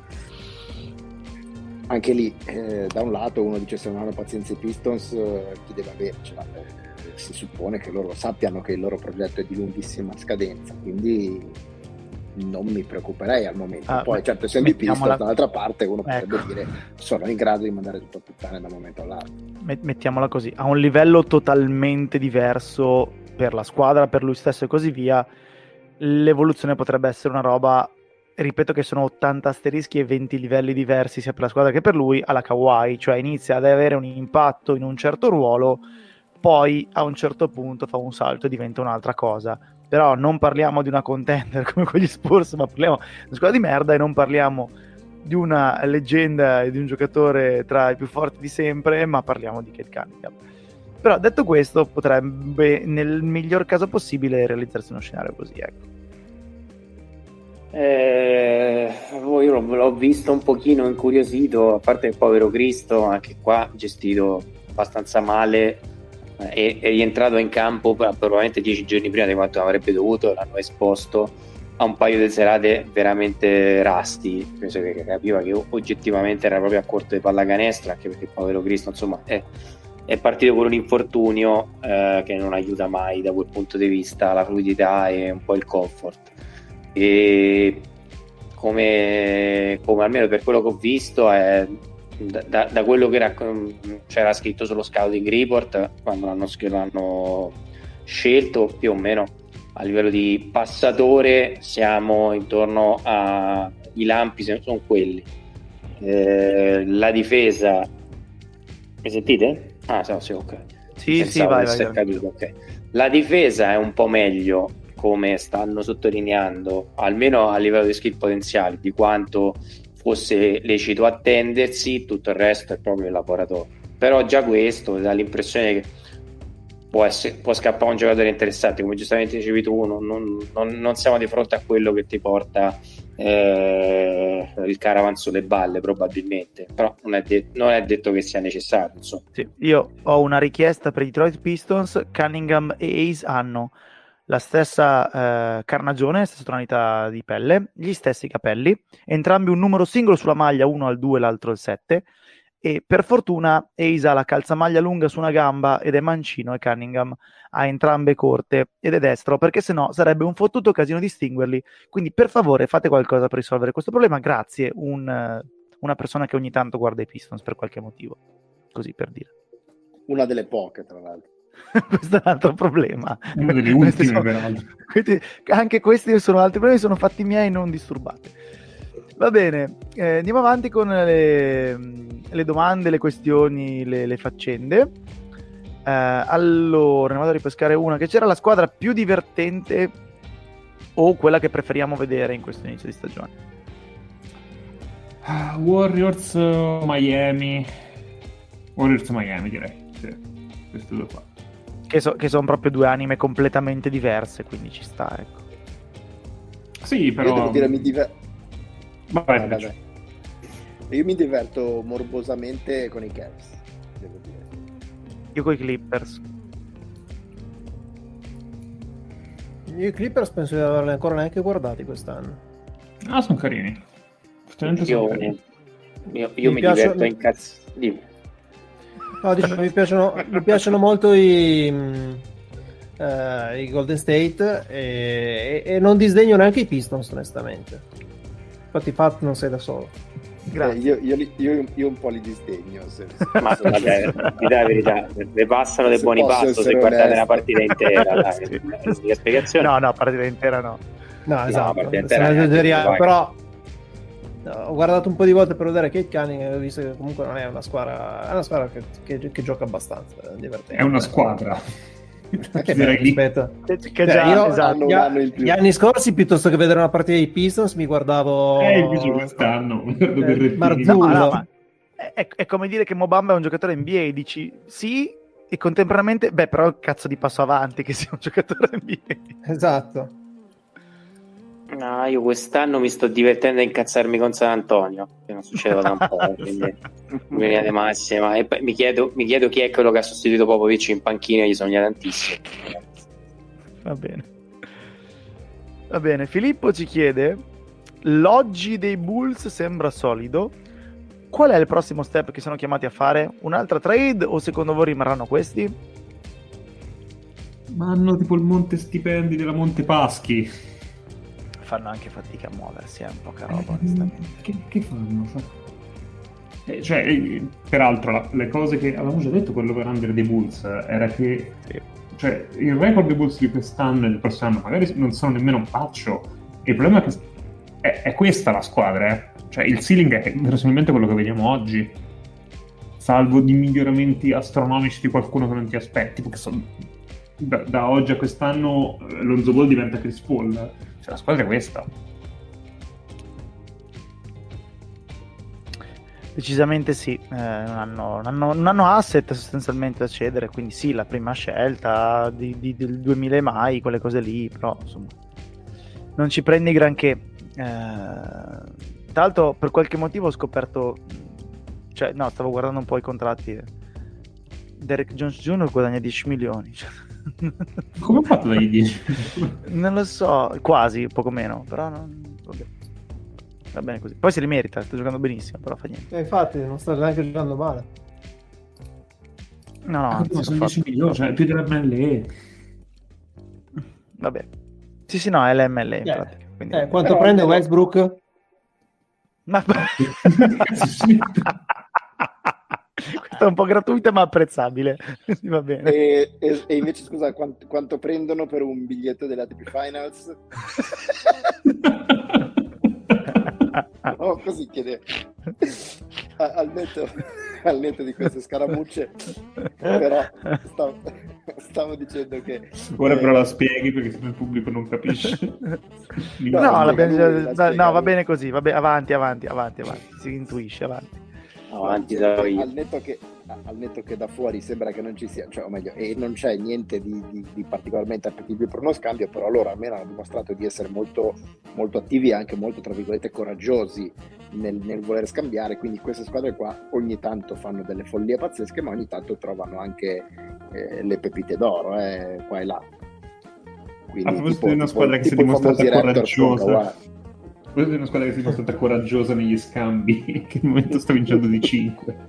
anche lì. Eh, da un lato uno dice se non hanno pazienza i Pistons eh, chi deve avercela? Eh, si suppone che loro sappiano che il loro progetto è di lunghissima scadenza, quindi non mi preoccuperei al momento. Ah, Poi certo, essendo i Pistons la... dall'altra parte uno potrebbe ecco. dire sono in grado di mandare tutto a puttane da un momento all'altro. Mettiamola così, a un livello totalmente diverso per la squadra, per lui stesso e così via, l'evoluzione potrebbe essere una roba, ripeto che sono ottanta asterischi e venti livelli diversi sia per la squadra che per lui, alla Kawhi, cioè inizia ad avere un impatto in un certo ruolo, poi a un certo punto fa un salto e diventa un'altra cosa. Però non parliamo di una contender come quegli Spurs, ma parliamo di una squadra di merda, e non parliamo di una leggenda e di un giocatore tra i più forti di sempre, ma parliamo di Cade Cunningham. Però detto questo, potrebbe nel miglior caso possibile realizzarsi uno scenario così, ecco. Eh, io l'ho visto un pochino incuriosito, a parte il povero Cristo, anche qua gestito abbastanza male. È, è rientrato in campo probabilmente dieci giorni prima di quanto avrebbe dovuto, l'hanno esposto a un paio di serate veramente rasti, penso che capiva che oggettivamente era proprio a corto di pallacanestro, anche perché il povero Cristo insomma è, è partito con un infortunio eh, che non aiuta mai da quel punto di vista la fluidità e un po' il comfort, e come, come almeno per quello che ho visto è Da, da, da quello che era, c'era scritto sullo scouting report quando l'hanno, l'hanno scelto, più o meno a livello di passatore siamo intorno ai lampi, sono quelli. Eh, la difesa, mi sentite? Ah sì, sì, ok. Sì, sì, vai, vai, caduto, okay. La difesa è un po' meglio, come stanno sottolineando, almeno a livello di skill potenziali, di quanto fosse lecito attendersi. Tutto il resto è proprio il laboratorio, però già questo dà l'impressione che può, essere, può scappare un giocatore interessante, come giustamente dicevi tu. Non, non, non siamo di fronte a quello che ti porta eh, il caravan sulle balle probabilmente, però non è, de- non è detto che sia necessario, insomma. Sì, io ho una richiesta per i Detroit Pistons. Cunningham e Hayes hanno la stessa eh, carnagione, la stessa tonalità di pelle, gli stessi capelli, entrambi un numero singolo sulla maglia, uno al due, l'altro al sette, e per fortuna Hayes ha la calzamaglia lunga su una gamba ed è mancino, e Cunningham ha entrambe corte ed è destro, perché sennò sarebbe un fottuto casino distinguerli. Quindi per favore fate qualcosa per risolvere questo problema, grazie, un, una persona che ogni tanto guarda i Pistons per qualche motivo, così per dire. Una delle poche, tra l'altro. Questo è un altro problema. Uno degli ultimi, sono, peraltro. Questi, anche questi sono altri problemi, sono fatti miei, non disturbati. Va bene, eh, andiamo avanti con le, le domande, le questioni, le, le faccende. Eh, allora, ne vado a ripescare una. Che c'era la squadra più divertente o quella che preferiamo vedere in questo inizio di stagione? Uh, Warriors, uh, Miami. Warriors, Miami, direi. Sì, queste due qua. Che, so, che sono proprio due anime completamente diverse, quindi ci sta, ecco. Sì, però... Io devo dire, mi diverto. Vabbè, ah, vabbè. Io mi diverto morbosamente con i Cavs, devo dire. Io con i Clippers. Io i Clippers penso di non averli ancora neanche guardati quest'anno. Ah, sono carini. Io, sono carini. io, io mi, mi piace... diverto in cazzo. Dimmi. No, diciamo, mi piacciono, mi piacciono molto i, eh, i Golden State e, e non disdegno neanche i Pistons onestamente. Infatti Fat non sei da solo. Eh, io, io, io, io un po' li disdegno se, se, Ma se, vabbè, vi dai la verità, le passano dei se buoni posso passo se essere guardate onesto. una partita intera, dai, Sì. l'unica spiegazione. No, no, partita intera no. No, esatto, partita se intera ne neanche, esageriamo, vai. però no, ho guardato un po' di volte per vedere Kate Cunningham e ho visto che comunque non è una squadra, è una squadra che, che, che gioca abbastanza, è divertente. È una squadra. Che Direi bello, lì. aspetta. Che, che Cioè, già, io esatto. un gli, anno in più. gli anni scorsi piuttosto che vedere una partita dei Pistons mi guardavo Eh, invece quest'anno guardo eh, Berrettini. Marzullo. No, no, ma è, è come dire che Mo Bamba è un giocatore N B A, dici sì e contemporaneamente, beh, però cazzo di passo avanti che sia un giocatore N B A. Esatto. No, io quest'anno mi sto divertendo a incazzarmi con San Antonio, che non succedeva da un po', quindi mi viene massima. E poi mi chiedo, mi chiedo chi è quello che ha sostituito Popovic in panchina, gli sogna tantissimo. Va bene. Va bene, Filippo ci chiede: l'oggi dei Bulls sembra solido. Qual è il prossimo step che sono chiamati a fare? Un'altra trade o secondo voi rimarranno questi? Ma hanno tipo il monte stipendi della Montepaschi. Fanno anche fatica a muoversi, è un poca roba, onestamente. Che, che fanno? Eh, cioè, eh, peraltro, la- le cose che avevamo già detto con l'over-under dei Bulls eh, era che Sì. cioè, il record dei Bulls di quest'anno e del prossimo anno magari non sono nemmeno un paccio. Il problema è che è, è questa la squadra, eh. Cioè, il ceiling è verosimilmente quello che vediamo oggi, salvo di miglioramenti astronomici di qualcuno che non ti aspetti, perché so- da, da oggi a quest'anno eh, Lonzo Ball diventa Chris Paul. Cioè, la squadra è questa. Decisamente sì, eh, non, hanno, non, hanno, non hanno asset sostanzialmente da cedere, quindi sì, la prima scelta di, di, del duemila e mai, quelle cose lì, però insomma non ci prendi granché. Eh, tra l'altro per qualche motivo ho scoperto, cioè no, stavo guardando un po' i contratti, Derek Jones Junior guadagna dieci milioni, cioè. Come ho fatto dai dieci? Non lo so, quasi, poco meno, però non... vabbè. Va bene così. Poi si rimerita, sta giocando benissimo, però fa niente. Eh, infatti non sta neanche giocando male. No, no, Ah, anzi, ma sono l'ho dieci fatto. milioni, cioè più dell'M L E. Vabbè. Sì, sì, no, è l'M L E in Eh, pratica. Quindi... eh, quanto Però prende almeno- Westbrook? Ma... Questa è un po' gratuita ma apprezzabile. Sì, va bene. E, e- e invece, scusa, quant- quanto prendono per un biglietto dell'A T P Finals? No, così chiede. A- Al netto, al netto di queste scaramucce, però stavo, stavo dicendo che Ora eh, però la spieghi perché sennò il pubblico non capisce. No, No, l'abbiamo spiega già- lui, la no, spiega no, va lui. bene così, va bene, avanti, avanti, avanti, avanti, si intuisce, avanti. Avanti, Chiedo sarò che io. al netto che al netto che da fuori sembra che non ci sia, cioè, o meglio, e non c'è niente di, di, di particolarmente appetibile per uno scambio, però loro almeno hanno dimostrato di essere molto, molto attivi e anche molto, tra virgolette, coraggiosi nel, nel voler scambiare. Quindi queste squadre qua ogni tanto fanno delle follie pazzesche, ma ogni tanto trovano anche eh, le pepite d'oro, eh, qua e là. Quindi, A proposito di una squadra che si è tipo i famosi dimostrata Raptors con coraggiosa, Kawhi. questa è una squadra che si è dimostrata coraggiosa negli scambi, che al momento sta vincendo di cinque.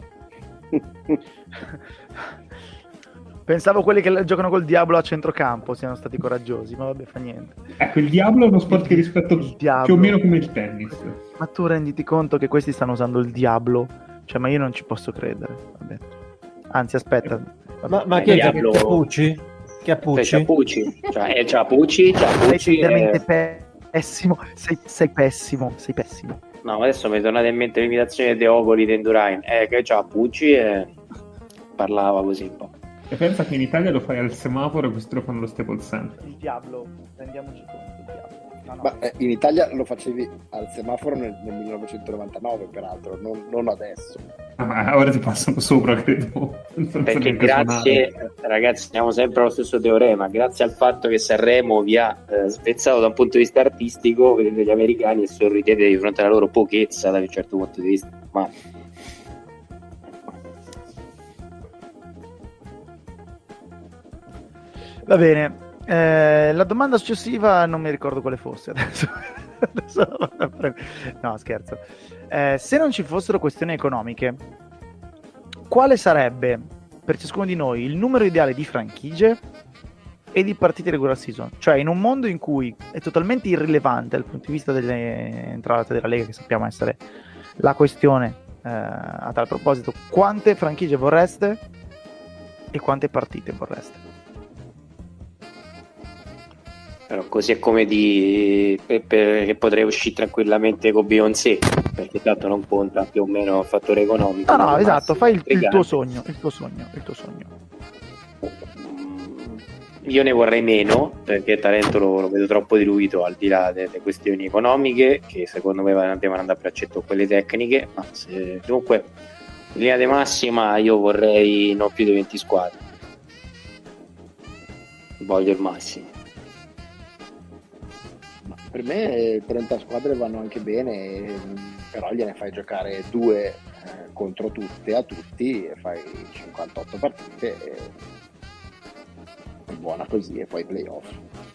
Pensavo quelli che giocano col Diablo a centrocampo siano stati coraggiosi, ma vabbè, fa niente. Ecco, il Diablo è uno sport che rispetto Il Diablo. più o meno come il tennis. Ma tu renditi conto che questi stanno usando il Diablo? Cioè, ma io non ci posso credere. Vabbè. Anzi, aspetta. Ma, ma Eh, chi è Diablo- che Pucci? Che ha C'è Pucci? Pucci, cioè, eh, c'ha Pucci, c'ha Sei Pucci. veramente eh, pessimo. Sei, sei pessimo. Sei pessimo. No, adesso mi è tornata in mente l'imitazione di Ocoli di Endurain, eh, che c'ha Pucci e parlava così un po'. E pensa che in Italia lo fai al semaforo e questi lo fanno allo Staples Center. Il Diablo. Rendiamoci conto. Il Diablo. No, no. Ma eh, in Italia lo facevi al semaforo nel, nel millenovecentonovantanove, peraltro, non, non adesso. Ah, ma ora ti passano sopra, credo. senza Perché neanche grazie, suonare. ragazzi, siamo sempre allo stesso teorema, grazie al fatto che Sanremo vi ha eh, spezzato da un punto di vista artistico, vedete gli americani e sorridete di fronte alla loro pochezza da un certo punto di vista. Ma Va bene. Eh, la domanda successiva non mi ricordo quale fosse adesso. Adesso la vado a prendere. No, scherzo. Eh, se non ci fossero questioni economiche, quale sarebbe per ciascuno di noi il numero ideale di franchigie e di partite regular season. Cioè, in un mondo in cui è totalmente irrilevante dal punto di vista delle entrate della Lega, che sappiamo essere la questione eh, a tal proposito, quante franchigie vorreste e quante partite vorreste? Però così è come di per, per, che potrei uscire tranquillamente con Beyoncé, perché tanto non conta più o meno il fattore economico. No, no, esatto, fai il, il tuo sogno, il tuo sogno, il tuo sogno. Io ne vorrei meno, perché talento lo, lo vedo troppo diluito, al di là delle questioni economiche, che secondo me devono andare a braccetto con quelle tecniche, ma se, comunque in linea di massima io vorrei non più di venti squadre. Voglio il massimo. Per me trenta squadre vanno anche bene, però gliene fai giocare due eh, contro tutte a tutti e fai cinquantotto partite e è buona così e poi playoff.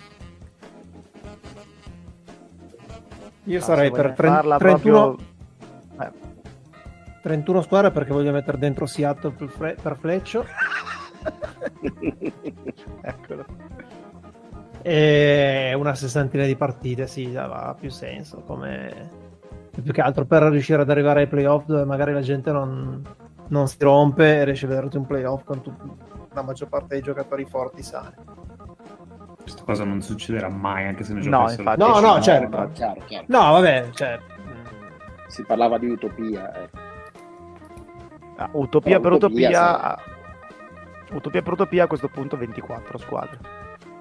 Io No, sarei se per vogliamo tre- farla trentuno, proprio- eh. trentuno squadre perché voglio mettere dentro Seattle per, Fre- per Fleccio Eccolo. e una sessantina di partite, sì, ha più senso, come più che altro per riuscire ad arrivare ai playoff dove magari la gente non, non si rompe e riesce a vederti un playoff con tut- la maggior parte dei giocatori forti sani. Questa cosa non succederà mai, anche se ne No, giocassero infatti. No, no, No, certo. no, chiaro, chiaro. No, vabbè, cioè, Si parlava di utopia. Eh. Ah, utopia Però per utopia, utopia, ah, utopia per utopia a questo punto ventiquattro squadre.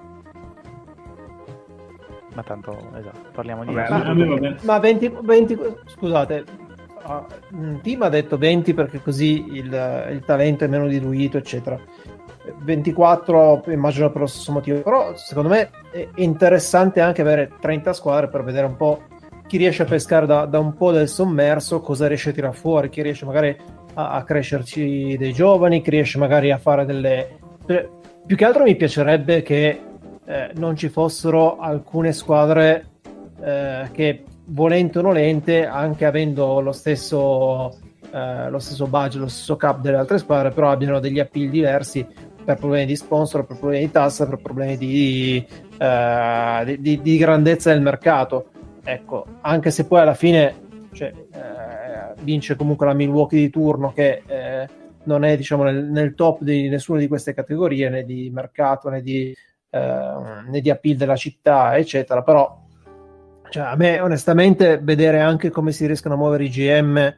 Ma tanto, esatto, parliamo di... Vabbè, a me va bene. ma venti, venti scusate, ah, Tim ha detto venti perché così il, il talento è meno diluito, eccetera. ventiquattro immagino per lo stesso motivo, però secondo me è interessante anche avere trenta squadre per vedere un po' chi riesce a pescare da, da un po' del sommerso, cosa riesce a tirare fuori, chi riesce magari a, a crescerci dei giovani, chi riesce magari a fare delle... Cioè, più che altro mi piacerebbe che eh, non ci fossero alcune squadre eh, che volente o nolente, anche avendo lo stesso eh, lo stesso budget, lo stesso cap delle altre squadre, però abbiano degli appeal diversi per problemi di sponsor, per problemi di tassa, per problemi di, eh, di, di, di grandezza del mercato. Ecco, anche se poi alla fine cioè, eh, vince comunque la Milwaukee di turno, che eh, non è diciamo nel, nel top di nessuna di queste categorie, né di mercato né di, eh, né di appeal della città, eccetera. Però cioè, a me onestamente vedere anche come si riescono a muovere i G M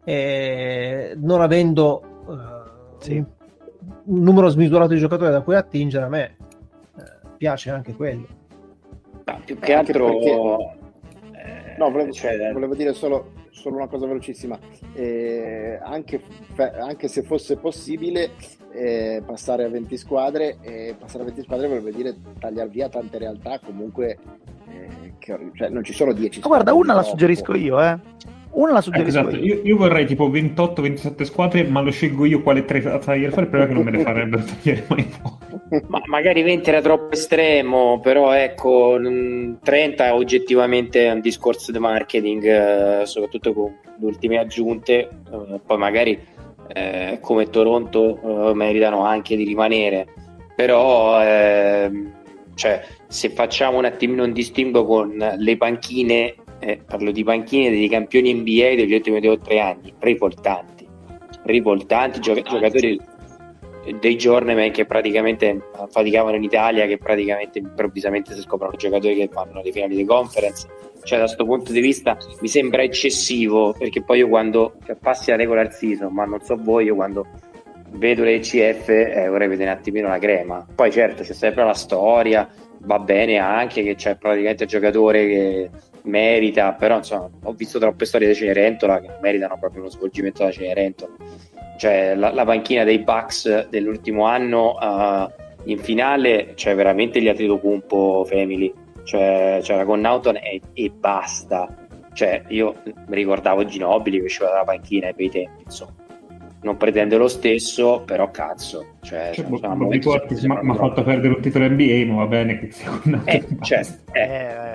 e non avendo uh, Sì. un, un numero smisurato di giocatori da cui attingere, a me eh, piace anche quello. Ma più che altro perché... eh, no, volevo, cioè... volevo dire solo, solo una cosa velocissima, eh, anche, anche se fosse possibile eh, passare a venti squadre, eh, passare a venti squadre vorrebbe dire tagliare via tante realtà comunque eh, che, cioè non ci sono dieci Ma guarda, una la troppo. suggerisco io, eh. Una la suggerisco Ecco, esatto. io. io. Io vorrei tipo ventotto ventisette squadre, ma lo scelgo io quale tre tagliare fuori, però che non me le farebbero tagliare mai fuori. Ma magari venti era troppo estremo, però ecco, trenta è oggettivamente un discorso di marketing, eh, soprattutto con le ultime aggiunte, eh, poi magari eh, come Toronto eh, meritano anche di rimanere, però eh, cioè, se facciamo un attimino un distinguo con le panchine, eh, parlo di panchine dei campioni N B A degli ultimi due o tre anni, rivoltanti, rivoltanti, gioc- giocatori dei journeyman che praticamente faticavano in Italia, che praticamente improvvisamente si scoprono giocatori che fanno le finali di conference. Cioè, da questo punto di vista mi sembra eccessivo, perché poi io quando cioè, passi la regular season, ma non so voi, io quando vedo le E C F eh, vorrei vedere un attimino la crema. Poi certo c'è sempre la storia, va bene anche che c'è praticamente il giocatore che merita, però insomma ho visto troppe storie di Cenerentola che meritano proprio lo svolgimento della Cenerentola. Cioè la, la panchina dei Bucks dell'ultimo anno uh, in finale, cioè veramente gli Antetokounmpo family, cioè c'era con Naughton e, e basta. Cioè io mi ricordavo Ginobili che usciva dalla panchina ai bei tempi, insomma non pretende lo stesso, però cazzo, cioè, Cioè, insomma, Bobby momenti Portis si mi ha fatto perdere un titolo N B A, ma va bene che sia un altro eh, cioè, eh. Eh,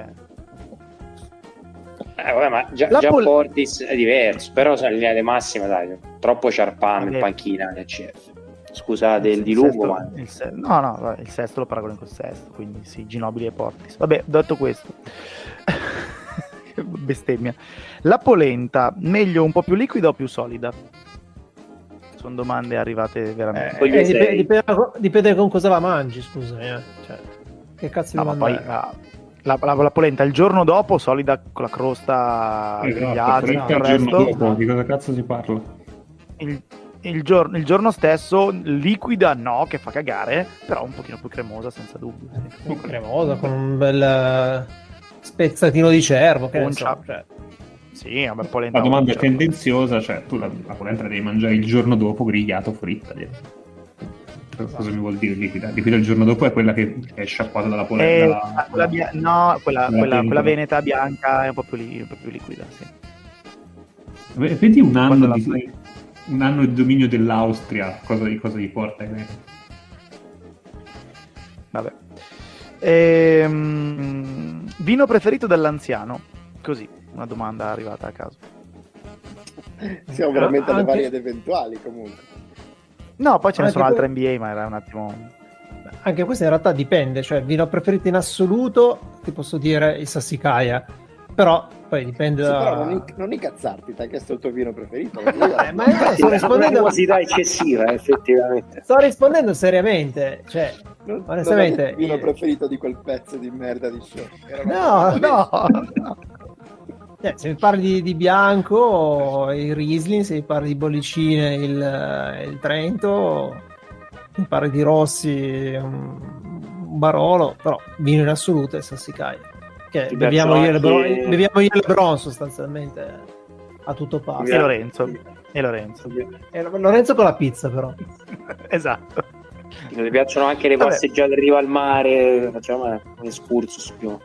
Eh, vabbè, ma già, La già pol- Portis è diverso, però sono in linea di massima, dai, troppo Sharpan Vabbè. in panchina nel C F. scusate il, il dilungo, sesto, ma... il se- no, no, vabbè, il sesto lo paragoni col sesto, quindi sì, Ginobili e Portis. Vabbè, detto questo, bestemmia. La polenta, meglio un po' più liquida o più solida? Sono domande arrivate veramente. Eh, eh, dipende, dipende, dipende con cosa la mangi, scusami. Eh. Cioè, che cazzo no, di ma poi la, la, la, la polenta il giorno dopo, solida con la crosta grigliata, esatto, tutto il il resto. giorno dopo, di cosa cazzo si parla? Il, il, giorno, il giorno stesso, liquida no, che fa cagare, però un pochino più cremosa, senza dubbio. Sì. Un cremosa, con un bel spezzatino di cervo, che ne so, cioè. Sì, vabbè, polenta. La domanda è certo. tendenziosa, cioè tu la, la polenta la devi mangiare il giorno dopo, grigliata o fritta. Cosa mi vuol dire liquida? Liquida il giorno dopo è quella che è sciacquata dalla polenta. Eh, dalla, quella bia- no, quella, quella quella, pentola. quella veneta bianca è un po' più, li- un po' più liquida, sì. Vedi un anno, Quando di, fai... un anno di dominio dell'Austria, cosa, cosa gli porta? Eh? Vabbè. Ehm, vino preferito dell'anziano? Così, una domanda arrivata a caso. Siamo veramente alle Anche- varie ed eventuali comunque. No, poi ce ne Anche sono que- altre N B A, ma era un attimo... Anche questo in realtà dipende, cioè vino preferito in assoluto ti posso dire il Sassicaia, però poi dipende Sì, da... però non, inc- non incazzarti, ti ha chiesto il tuo vino preferito. Eh, ma io sto Una rispondendo, curiosità eccessiva, effettivamente. sto rispondendo seriamente, cioè non, onestamente non è il vino io- preferito di quel pezzo di merda di show. Era No, una- no, no. Eh, se mi parli di, di Bianco, il Riesling, se mi parli di bollicine, il, il Trento, se mi parli di Rossi, un, un Barolo, però vino in assoluto è Sassicaia. Che Ti beviamo io, e piacciono Lebron, anche- beviamo io e Lebron sostanzialmente a tutto passo. E Lorenzo. E Lorenzo. E Lorenzo con la pizza però. Esatto. Mi piacciono anche le Vabbè. passeggiate in riva al mare, facciamo un excursus più.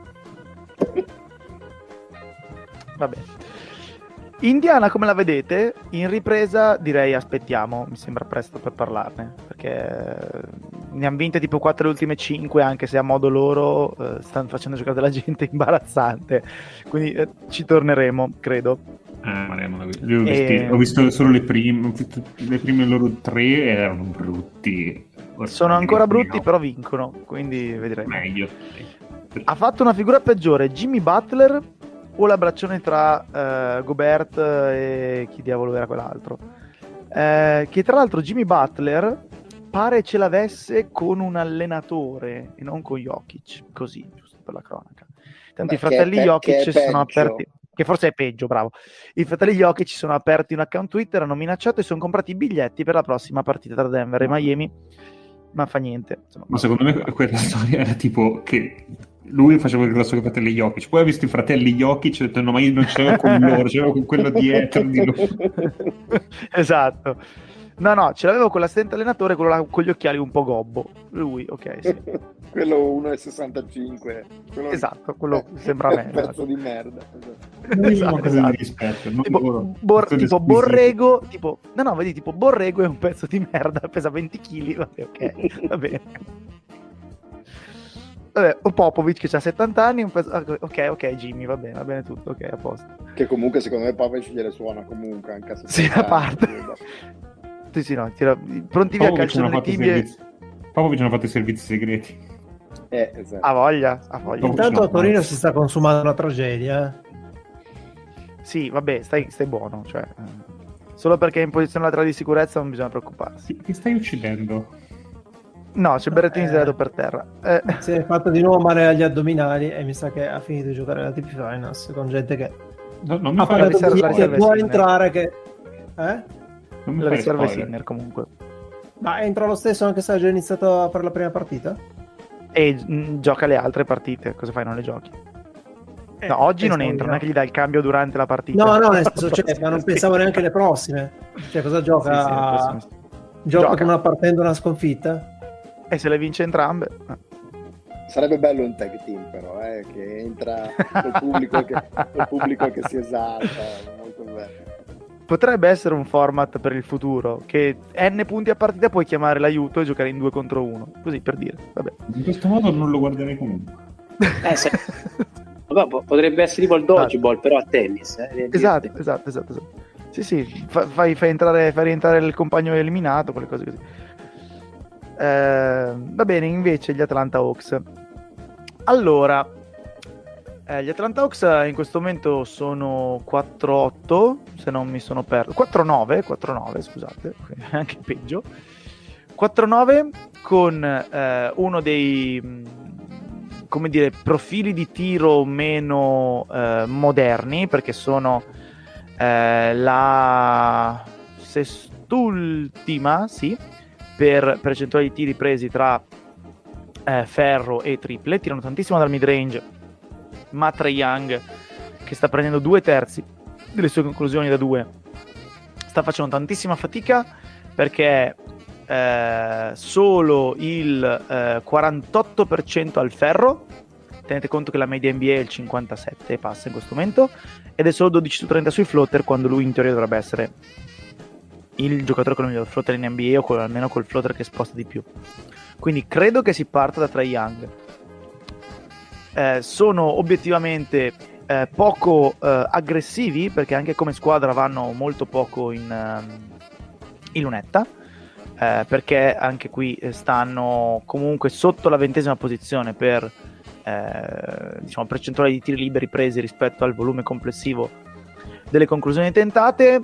Vabbè. Indiana, come la vedete? In ripresa direi aspettiamo, mi sembra presto per parlarne, perché ne hanno vinte tipo quattro le ultime cinque, anche se a modo loro eh, stanno facendo giocare della gente imbarazzante, quindi eh, ci torneremo, credo. Eh, Maria, non ho visto. Li ho, visti- E- ho visto solo le prime, ho visto le prime loro tre erano brutti. Sono ancora brutti, No, però vincono, quindi vedremo. meglio. Ha fatto una figura peggiore Jimmy Butler o l'abbraccione tra eh, Gobert e chi diavolo era quell'altro? Eh, che tra l'altro Jimmy Butler pare ce l'avesse con un allenatore e non con Jokic, così, giusto per la cronaca. Tanto Beh, i fratelli che è pe- Jokic che è si sono peggio. aperti, che forse è peggio, bravo. I fratelli Jokic si sono aperti un account Twitter, hanno minacciato e sono comprati i biglietti per la prossima partita tra Denver e Miami, ma fa niente. Insomma, Ma secondo me quella storia era tipo che lui faceva il grosso con i fratelli Jokic, poi ha visto i fratelli Jokic e ha detto no, ma io non ce l'avevo con loro, ce l'avevo con quello dietro di lui. Esatto. No, no, ce l'avevo con l'assistente allenatore, quello là con gli occhiali un po' gobbo. Lui, ok, sì. Quello uno virgola sessantacinque. Quello Esatto, quello sembra a me. un pezzo esatto. di merda. Non è Esatto, una cosa esatto. di rispetto, non Tipo, loro. Bor- Sono tipo squisiti. Borrego, tipo, no, no, vedi, tipo Borrego è un pezzo di merda, pesa venti chili, vabbè, ok, va bene. Vabbè, o Popovic che ha settanta anni, un pezzo... ok, ok, Jimmy, va bene, va bene tutto, ok, a posto. Che comunque secondo me Popovic gliele suona comunque anche se Sì, a parte. Sì, sì, no, tira... pronti via, Popovic calcio non ha nelle fatto i tibie, servizi. Popovic non ha fatto i servizi segreti. Eh, esatto. ha voglia, ha voglia. Popovic Intanto no, a Torino no. si sta consumando una tragedia. eh. Sì, vabbè, stai, stai buono, cioè... eh, solo perché è in posizione laterale di sicurezza non bisogna preoccuparsi. Ti, ti stai uccidendo. No, c'è Berrettini Eh. tirato per terra. Eh, Si è fatto di nuovo male agli addominali e mi sa che ha finito di giocare la T P Finals con gente che No, non mi ha fai pagato riserva- la biglietti e riserva può è Sinner. entrare che... Eh? non mi la fai riserva è spoiler. Sinner comunque. Ma entra lo stesso anche se ha già iniziato per la prima partita? E mh, gioca le altre partite, cosa fai? Non le giochi? No, oggi non entra, non è che gli dai il cambio durante la partita. No, no, nel senso, cioè, ma non pensavo neanche alle prossime. Cioè, cosa gioca? Sì, sì, le prossime- Gioca, Gioca. con una partita e una sconfitta? E se le vince entrambe? eh. Sarebbe bello un tag team però, eh, che entra col pubblico che, col pubblico che si esalta, molto bello. Potrebbe essere un format per il futuro, che N punti a partita puoi chiamare l'aiuto e giocare in due contro uno. Così, per dire. Vabbè. In questo modo non lo guarderei comunque. Eh, se- Vabbè, po- potrebbe essere tipo il dodgeball, però a tennis. Eh, Esatto, esatto, esatto, esatto. Sì, sì, fa, fai, fai, entrare, fai rientrare il compagno eliminato, quelle cose così. Eh, va bene, invece gli Atlanta Hawks. Allora, eh, gli Atlanta Hawks in questo momento sono quattro otto, se non mi sono perso. quattro nove, quattro nove, scusate, anche peggio. quattro nove con eh, uno dei, mh, come dire, profili di tiro meno eh, moderni, perché sono eh, la sest'ultima, sì, per percentuali di tiri presi tra eh, ferro e triple. Tirano tantissimo dal mid range, ma Trae Young, che sta prendendo due terzi delle sue conclusioni da due, sta facendo tantissima fatica, perché eh, solo il eh, quarantotto per cento al ferro. Tenete conto che la media N B A è il cinquantasette e passa in questo momento, ed è solo dodici su trenta sui floater, quando lui in teoria dovrebbe essere il giocatore con il miglior floater in N B A, o con, almeno col floater che sposta di più. Quindi credo che si parta da Trae Young. Eh, sono obiettivamente eh, poco eh, aggressivi, perché anche come squadra vanno molto poco in, um, in lunetta, eh, perché anche qui stanno comunque sotto la ventesima posizione per eh, diciamo percentuale di tiri liberi presi rispetto al volume complessivo delle conclusioni tentate,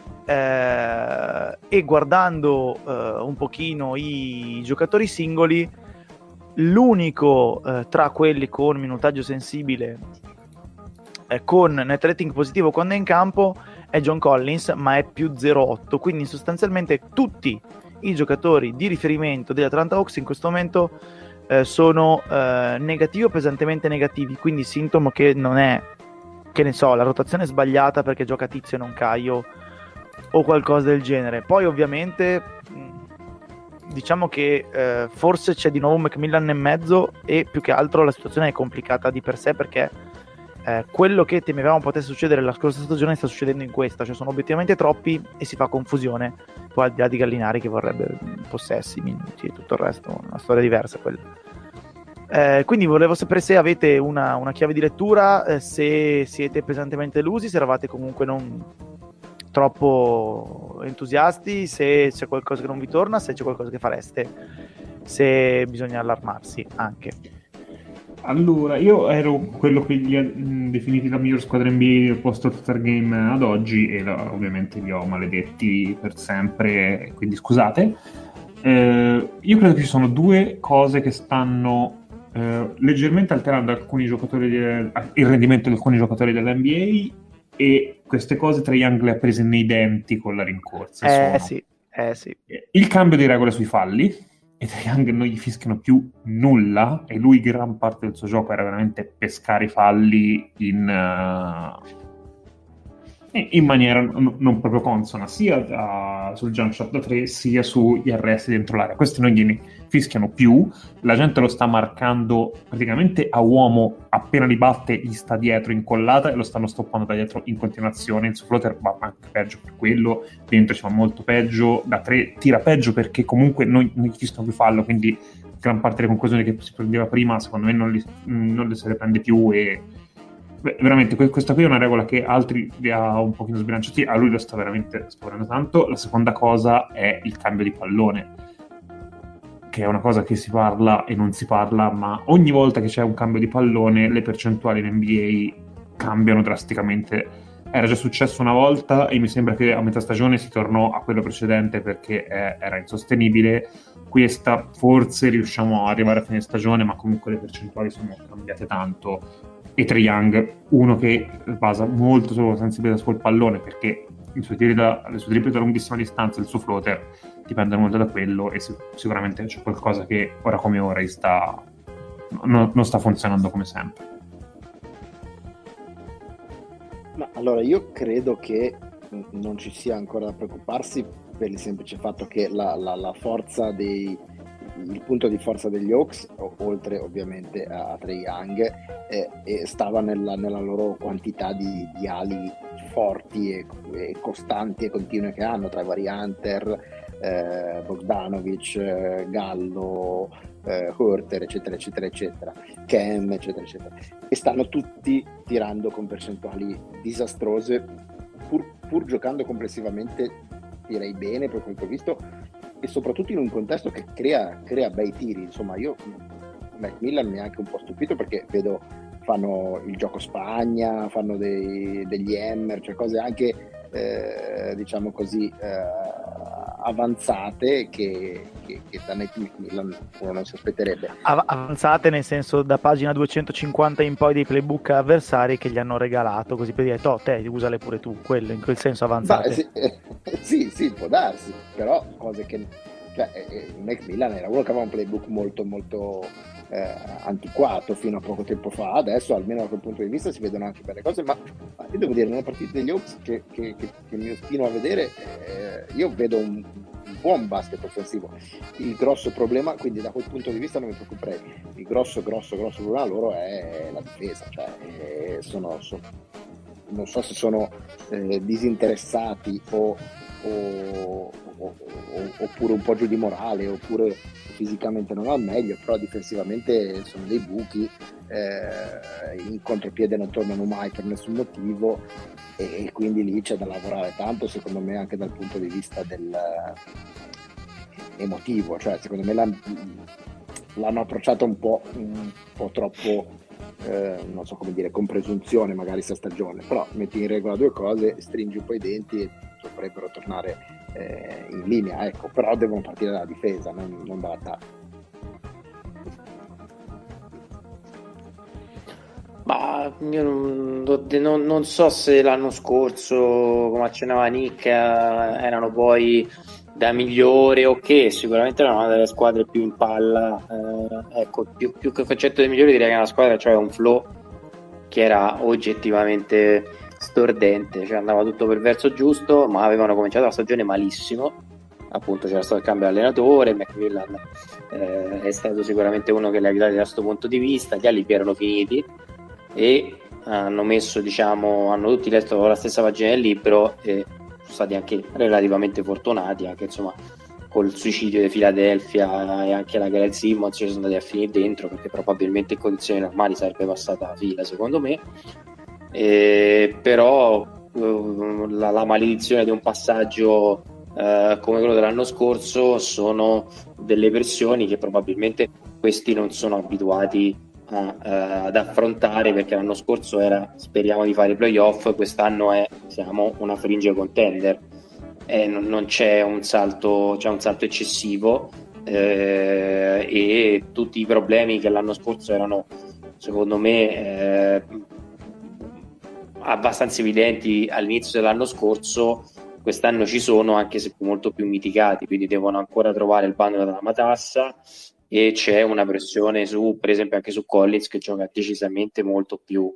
eh, e guardando eh, un pochino i giocatori singoli, l'unico eh, tra quelli con minutaggio sensibile, eh, con net rating positivo quando è in campo, è John Collins, ma è più zero virgola otto, quindi sostanzialmente tutti i giocatori di riferimento degli Atlanta Hawks in questo momento eh, sono eh, negativi o pesantemente negativi, quindi sintomo che non è, che ne so, la rotazione è sbagliata perché gioca Tizio e non Caio o qualcosa del genere. Poi ovviamente diciamo che eh, forse c'è di nuovo Macmillan in mezzo, e più che altro la situazione è complicata di per sé, perché eh, quello che temevamo potesse succedere la scorsa stagione sta succedendo in questa, cioè sono obiettivamente troppi e si fa confusione, poi al di là di Gallinari che vorrebbe possessi, minuti e tutto il resto, una storia diversa quella. Eh, quindi volevo sapere se avete una, una chiave di lettura, eh, se siete pesantemente delusi, se eravate comunque non troppo entusiasti, se c'è qualcosa che non vi torna, se c'è qualcosa che fareste, se bisogna allarmarsi anche. Allora, io ero quello che li ha mh, definiti la miglior squadra N B A del post All-Star Game ad oggi, e la, ovviamente li ho maledetti per sempre, quindi scusate. Eh, io credo che ci sono due cose che stanno eh, leggermente alterando alcuni giocatori di, il rendimento di alcuni giocatori dell'N B A, e queste cose Trae Young le ha prese nei denti con la rincorsa. Eh sono sì, eh sì. il cambio di regole sui falli, e Trae Young non gli fischiano più nulla, e lui gran parte del suo gioco era veramente pescare i falli in, uh, in maniera non, non proprio consona, sia da, sul jump shot da tre sia sugli arresti dentro l'area. Questi non gliene fischiano più, la gente lo sta marcando praticamente a uomo, appena li batte gli sta dietro incollata e lo stanno stoppando da dietro in continuazione. Il suo floater va anche peggio per quello, dentro ci va molto peggio, da tre tira peggio perché comunque non, non gli fischiano più fallo, quindi gran parte delle conclusioni che si prendeva prima secondo me non, li, non le se le prende più. E beh, veramente questa qui è una regola che altri li ha un pochino sbilanciati, a lui lo sta veramente sforando tanto. La seconda cosa è il cambio di pallone, che è una cosa che si parla e non si parla, ma ogni volta che c'è un cambio di pallone le percentuali in N B A cambiano drasticamente. Era già successo una volta e mi sembra che a metà stagione si tornò a quello precedente perché eh, era insostenibile. Questa forse riusciamo ad arrivare a fine stagione, ma comunque le percentuali sono cambiate tanto. E Trae Young, uno che basa molto sulla sensibilità sul pallone, perché i suoi tiri da, le sue triple da lunghissima distanza, il suo floater dipendono molto da quello, e sic- sicuramente c'è qualcosa che ora come ora sta, no, non sta funzionando come sempre. Ma allora io credo che non ci sia ancora da preoccuparsi, per il semplice fatto che la, la, la forza dei il punto di forza degli Hawks, oltre ovviamente a Trae Young, eh, eh, stava nella, nella loro quantità di, di ali forti e, e costanti e continue che hanno, tra i vari Hunter, eh, Bogdanovic, eh, Gallo, eh, Huerter, eccetera eccetera eccetera, Cam, eccetera eccetera, e stanno tutti tirando con percentuali disastrose pur, pur giocando complessivamente direi bene per quanto ho visto, e soprattutto in un contesto che crea, crea bei tiri. Insomma, io Macmillan mi ha anche un po' stupito, perché vedo fanno il gioco Spagna, fanno dei, degli hammer, cioè cose anche eh, diciamo così eh, avanzate che, che, che da Nate McMillan uno non si aspetterebbe. Av- avanzate nel senso da pagina duecentocinquanta in poi dei playbook avversari che gli hanno regalato, così per dire to, te usale pure tu, quello, in quel senso avanzate. Bah, sì, eh, sì, sì, può darsi, però cose che cioè, eh, Macmillan era uno che aveva un playbook molto molto eh, antiquato fino a poco tempo fa. Adesso almeno da quel punto di vista si vedono anche belle cose, ma, ma io devo dire, nella partita degli Hawks che, che, che, che mi ostino a vedere, eh, io vedo un, un buon basket offensivo. Il grosso problema, quindi da quel punto di vista non mi preoccuperei, il grosso grosso grosso problema loro è la difesa, cioè eh, sono, sono non so se sono eh, disinteressati o, o, o, o, oppure un po' giù di morale, oppure fisicamente non al meglio, però difensivamente sono dei buchi, eh, in contropiede non tornano mai per nessun motivo, e, e quindi lì c'è da lavorare tanto, secondo me, anche dal punto di vista del eh, emotivo. Cioè secondo me l'hanno, l'hanno approcciato un po', un po' troppo Eh, non so come dire, con presunzione magari sta stagione, però metti in regola due cose, stringi un po' i denti e dovrebbero tornare eh, in linea, ecco, però devono partire dalla difesa, non, non dall'attacco. Ma io non, non, non so se l'anno scorso, come accennava Nick, eh, erano poi da migliore o che, sicuramente erano una delle squadre più in palla, eh, ecco, più, più che il concetto di migliore direi che è una squadra, cioè un flow che era oggettivamente stordente, cioè andava tutto per il verso giusto, ma avevano cominciato la stagione malissimo, appunto c'era stato il cambio allenatore, Macmillan eh, è stato sicuramente uno che li ha aiutati da questo punto di vista, gli alibi erano finiti e hanno messo, diciamo, hanno tutti letto la stessa pagina del libro e sono stati anche relativamente fortunati, anche insomma col suicidio di Philadelphia e anche la Gareth Simmons ci sono andati a finire dentro, perché probabilmente in condizioni normali sarebbe passata la fila secondo me, e, però uh, la, la maledizione di un passaggio uh, come quello dell'anno scorso sono delle pressioni che probabilmente questi non sono abituati a, uh, ad affrontare, perché l'anno scorso era speriamo di fare i playoff, quest'anno è siamo una fringe contender. Eh, non, non c'è un salto, c'è un salto eccessivo eh, e tutti i problemi che l'anno scorso erano secondo me eh, abbastanza evidenti all'inizio dell'anno scorso, quest'anno ci sono, anche se molto più mitigati, quindi devono ancora trovare il bando della matassa e c'è una pressione su, per esempio anche su Collins, che gioca decisamente molto più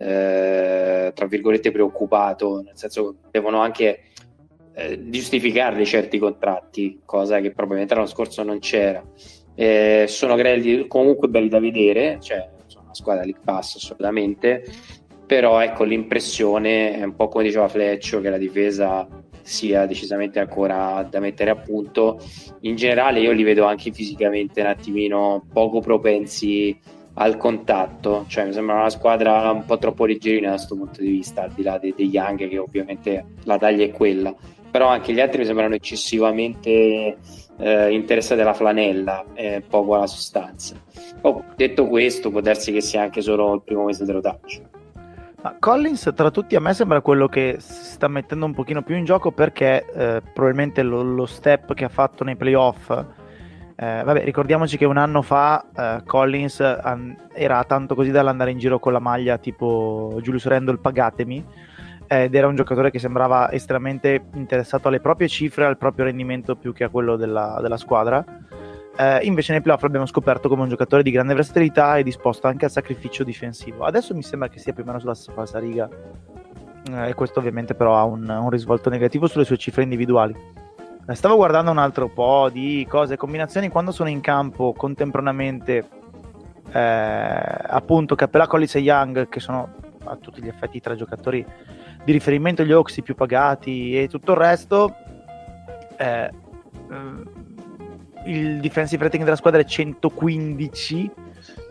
eh, tra virgolette preoccupato, nel senso che devono anche Eh, giustificarli certi contratti, cosa che probabilmente l'anno scorso non c'era. Eh, sono grelli, comunque belli da vedere, cioè sono una squadra League Pass assolutamente, però ecco l'impressione è un po' come diceva Fleccio, che la difesa sia decisamente ancora da mettere a punto. In generale io li vedo anche fisicamente un attimino poco propensi al contatto, cioè mi sembra una squadra un po' troppo leggerina da questo punto di vista, al di là dei, dei Young, che ovviamente la taglia è quella, però anche gli altri mi sembrano eccessivamente eh, interessati alla flanella e eh, poco alla sostanza. Oh, detto questo, può darsi che sia anche solo il primo mese dello touch. Ma Collins tra tutti a me sembra quello che si sta mettendo un pochino più in gioco, perché eh, probabilmente lo, lo step che ha fatto nei playoff, eh, vabbè, ricordiamoci che un anno fa eh, Collins an- era tanto così dall'andare in giro con la maglia tipo Julius Randle pagatemi, ed era un giocatore che sembrava estremamente interessato alle proprie cifre, al proprio rendimento più che a quello della, della squadra. Eh, invece nei playoff l'abbiamo scoperto come un giocatore di grande versatilità e disposto anche al sacrificio difensivo. Adesso mi sembra che sia più o meno sulla stessa riga, eh, e questo ovviamente però ha un, un risvolto negativo sulle sue cifre individuali. Eh, stavo guardando un altro po' di cose, combinazioni quando sono in campo contemporaneamente, eh, appunto Capella, Collins e Young, che sono a tutti gli effetti tra giocatori di riferimento, gli Hawks più pagati e tutto il resto. eh, il defensive rating della squadra è centoquindici,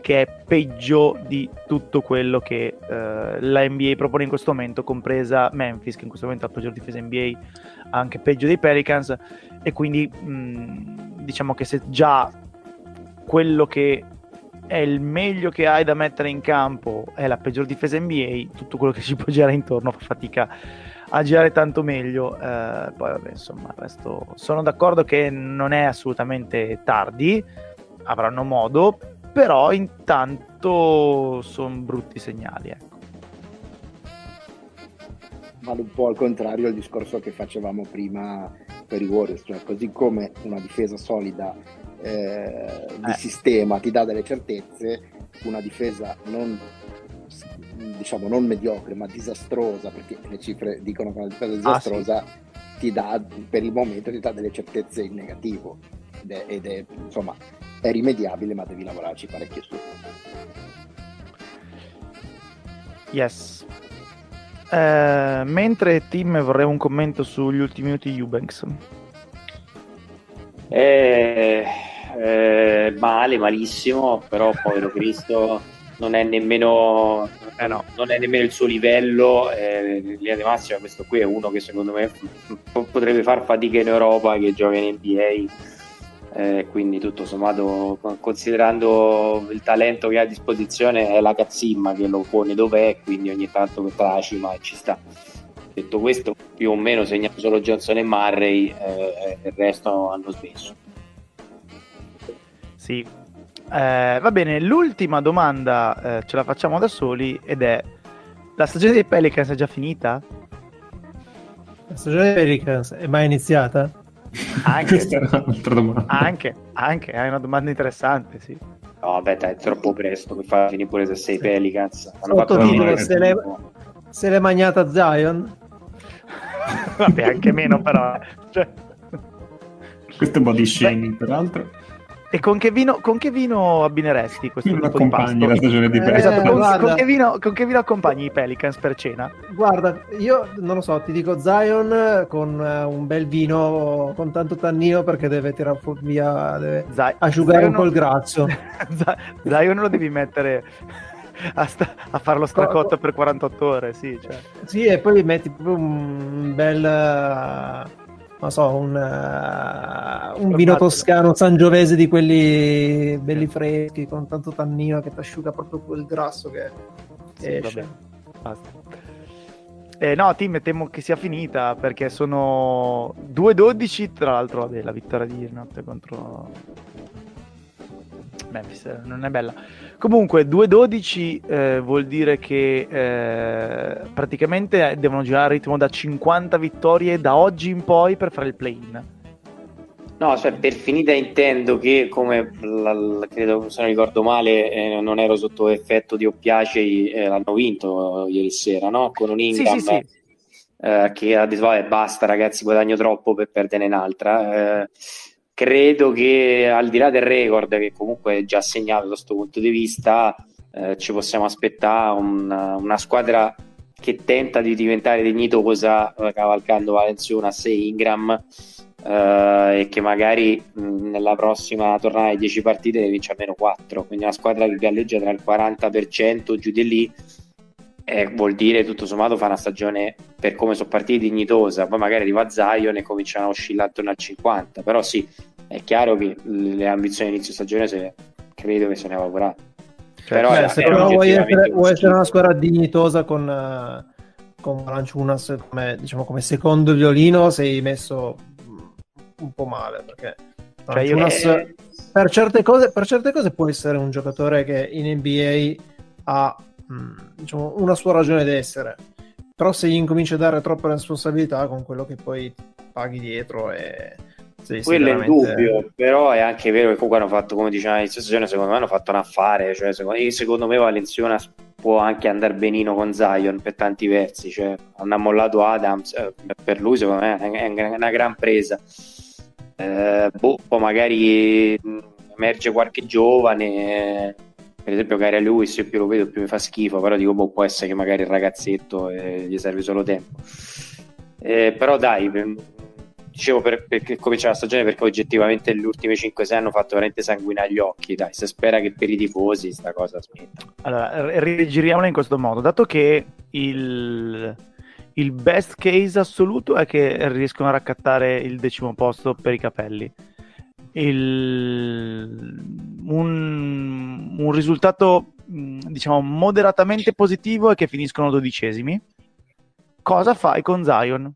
che è peggio di tutto quello che eh, la N B A propone in questo momento, compresa Memphis, che in questo momento ha la peggior difesa N B A, anche peggio dei Pelicans, e quindi mh, diciamo che se già quello che è il meglio che hai da mettere in campo è la peggior difesa N B A, tutto quello che ci può girare intorno fa fatica a girare tanto meglio. Eh, poi vabbè, insomma, resto... sono d'accordo che non è assolutamente tardi, avranno modo, però intanto sono brutti segnali, ecco. Vale un po' al contrario il discorso che facevamo prima per i Warriors, cioè così come una difesa solida eh, di eh. sistema ti dà delle certezze, una difesa non diciamo non mediocre ma disastrosa, perché le cifre dicono che una difesa disastrosa ah, sì. ti dà, per il momento ti dà delle certezze in negativo ed è, ed è insomma è rimediabile, ma devi lavorarci parecchio su. Yes. Eh, mentre Tim, vorrei un commento sugli ultimi minuti di Eubanks. Eh, eh, male, malissimo, però povero Cristo non è nemmeno eh no. non è nemmeno il suo livello. Eh, in linea di massima questo qui è uno che secondo me potrebbe far fatica in Europa, che gioca in N B A. Eh, quindi tutto sommato, considerando il talento che ha a disposizione, è la cazzimma che lo pone dov'è, quindi ogni tanto che tracima e ci sta. Detto questo, più o meno segnato solo Johnson e Murray, eh, il resto hanno smesso. Sì, eh, va bene, l'ultima domanda eh, ce la facciamo da soli, ed è: la stagione dei Pelicans è già finita? La stagione dei Pelicans è mai iniziata? Anche, Questa era un'altra domanda. Anche, anche, è una domanda interessante, sì. No, vabbè, dai, è troppo presto per far finire pure se sei sì. Pelicans. Hanno fatto titolo, se, le, se l'è magnata Zion? Vabbè, anche meno, però. Cioè... Questo è body shaming, peraltro. E con che vino, con che vino abbineresti questo non tipo di pasto? La stagione di eh, esatto, con, guarda, con, che vino, con che vino accompagni i Pelicans per cena? Guarda, io non lo so, ti dico Zion con uh, un bel vino con tanto tannino, perché deve tirare via, deve Zai- asciugare Zion un po' il grazio. Zion lo devi mettere a, sta- a fare lo stracotto per quarantotto ore, sì. Cioè. Sì, e poi metti proprio un bel... Uh, non so, un, uh, un vino toscano sangiovese di quelli belli freschi con tanto tannino che ti asciuga proprio quel grasso che sì, esce. Vabbè, basta. Eh, no, Tim, temo che sia finita, perché sono due dodici, tra l'altro vabbè, la vittoria di notte contro Memphis non è bella. Comunque due dodici eh, vuol dire che eh, praticamente devono girare a ritmo da cinquanta vittorie da oggi in poi per fare il play-in. No, cioè per finita intendo che, come la, la, credo, se non ricordo male, eh, non ero sotto effetto di oppiacei, eh, l'hanno vinto ieri sera, no? Con un Ingram sì, sì, sì. Eh, che ha detto vabbè basta ragazzi, guadagno troppo per perdere un'altra. Eh, credo che al di là del record, che comunque è già segnato da questo punto di vista, eh, ci possiamo aspettare una, una squadra che tenta di diventare dignitosa, eh, cavalcando Valanciunas e Ingram, eh, e che magari mh, nella prossima tornata di dieci partite ne vince almeno quattro, quindi una squadra che galleggia tra il quaranta per cento giù di lì. Eh, vuol dire tutto sommato fa una stagione, per come sono partiti, dignitosa. Poi magari arriva Zion e cominciano a oscillare attorno al cinquanta, però sì, è chiaro che le ambizioni di inizio stagione se, credo che se ne evaporate. Però Beh, era, se era però vuoi essere, un vuoi essere una squadra dignitosa con, uh, con Valanciunas come, diciamo, come secondo violino, sei messo un po' male, perché Valanciunas cioè io... eh... per certe cose per certe cose può essere un giocatore che in N B A ha, diciamo, una sua ragione d'essere, però se gli incominci a dare troppe responsabilità con quello che poi paghi dietro, e sì, quello veramente... è indubbio, però è anche vero che comunque hanno fatto, come diceva all'inizio stagione, secondo me hanno fatto un affare, cioè secondo, secondo me Valanciunas può anche andare benino con Zion per tanti versi, cioè hanno ammollato Adams, eh, per lui secondo me è, è una gran presa. Eh, boh, poi magari emerge qualche giovane, per esempio Kyrie Lewis, io più lo vedo più mi fa schifo, però dico boh, può essere che magari il ragazzetto eh, gli serve solo tempo, eh, però dai, dicevo per, perché comincia la stagione, perché oggettivamente le ultime cinque sei hanno fatto veramente sanguinare gli occhi, dai, si spera che per i tifosi sta cosa smetta. Allora, rigiriamola in questo modo, dato che il, il best case assoluto è che riescono a raccattare il decimo posto per i capelli. Il, un, un risultato diciamo moderatamente positivo è che finiscono dodicesimi. Cosa fai con Zion?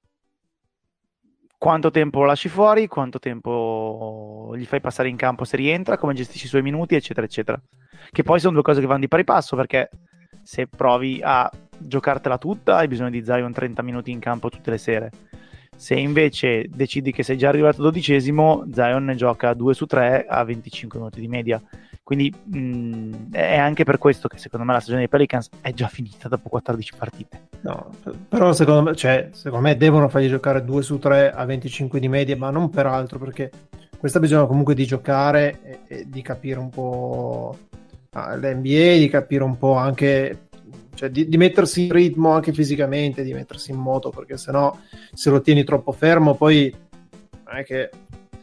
Quanto tempo lo lasci fuori? Quanto tempo gli fai passare in campo se rientra? Come gestisci i suoi minuti? Eccetera, eccetera. Che poi sono due cose che vanno di pari passo, perché se provi a giocartela tutta hai bisogno di Zion trenta minuti in campo tutte le sere. Se invece decidi che sei già arrivato dodicesimo, Zion ne gioca due su tre a venticinque minuti di media. Quindi mh, è anche per questo che secondo me la stagione dei Pelicans è già finita dopo quattordici partite. No, però secondo me, cioè, secondo me devono fargli giocare due su tre a venticinque di media, ma non per altro, perché questa bisogna comunque di giocare e, e di capire un po' ah, l'N B A, di capire un po' anche, cioè di, di mettersi in ritmo anche fisicamente, di mettersi in moto, perché sennò se lo tieni troppo fermo poi non è che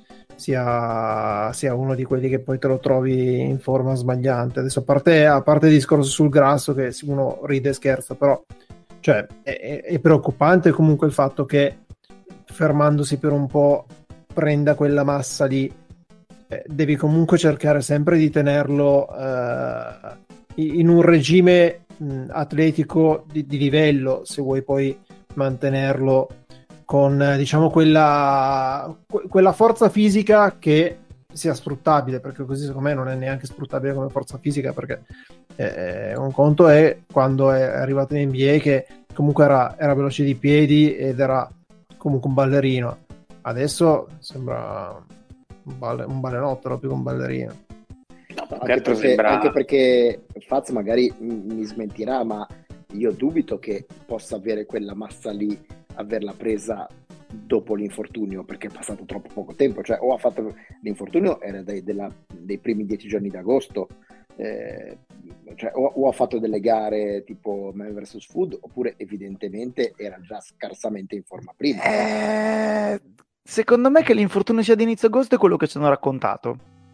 sia, sia uno di quelli che poi te lo trovi in forma sbagliante. Adesso a parte, a parte il discorso sul grasso, che uno ride e scherza, però cioè è, è preoccupante comunque il fatto che fermandosi per un po' prenda quella massa lì. Eh, devi comunque cercare sempre di tenerlo eh, in un regime mh, atletico di, di livello, se vuoi poi mantenerlo con eh, diciamo quella, que- quella forza fisica che sia sfruttabile, perché così secondo me non è neanche sfruttabile come forza fisica, perché eh, un conto è quando è arrivato in N B A che comunque era, era veloce di piedi ed era comunque un ballerino. Adesso sembra un, balle, un balenottero più che un ballerino. No, anche, perché, sembra... anche perché Faz magari mi smentirà, ma io dubito che possa avere quella massa lì, averla presa dopo l'infortunio, perché è passato troppo poco tempo. Cioè, o ha fatto l'infortunio era dei, della, dei primi dieci giorni d'agosto, eh, cioè, o, o ha fatto delle gare tipo Man versus Food, oppure evidentemente era già scarsamente in forma prima. Eh, secondo me che l'infortunio sia di inizio agosto è quello che ci hanno raccontato.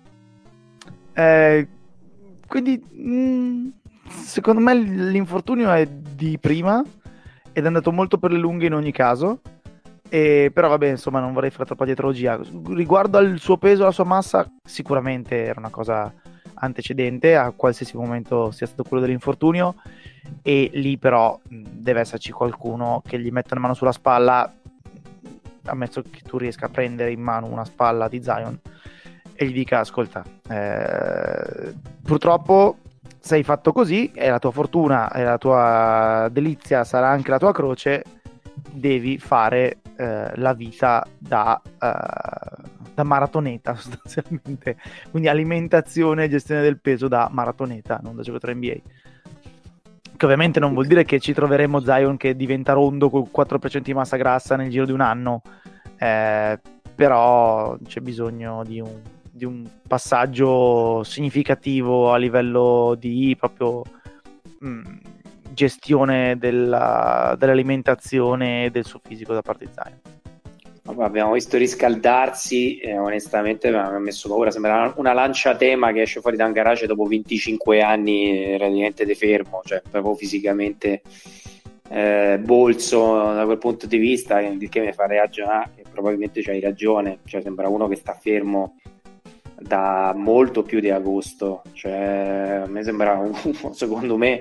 Eh, quindi mh, secondo me l'infortunio è di prima ed è andato molto per le lunghe in ogni caso. E, però vabbè, insomma, non vorrei fare troppa dietrologia. Riguardo al suo peso, alla sua massa, sicuramente era una cosa antecedente a qualsiasi momento sia stato quello dell'infortunio, e lì però deve esserci qualcuno che gli metta una mano sulla spalla, ammesso che tu riesca a prendere in mano una spalla di Zion e gli dica: ascolta, eh, purtroppo sei fatto così, è la tua fortuna, è la tua delizia, sarà anche la tua croce, devi fare eh, la vita da, uh, da maratoneta sostanzialmente, quindi alimentazione e gestione del peso da maratoneta, non da giocatore N B A, che ovviamente non vuol dire che ci troveremo Zion che diventa rondo con quattro per cento di massa grassa nel giro di un anno, eh, però c'è bisogno di un, di un passaggio significativo a livello di proprio mh, gestione della, dell'alimentazione e del suo fisico da parte di Zion. Abbiamo visto riscaldarsi e onestamente mi ha messo paura, sembra una lancia tema che esce fuori da un garage dopo venticinque anni praticamente di fermo, cioè proprio fisicamente eh, bolso da quel punto di vista, che mi fa ragionare che probabilmente c'hai ragione, cioè sembra uno che sta fermo da molto più di agosto, cioè a me sembra un, secondo me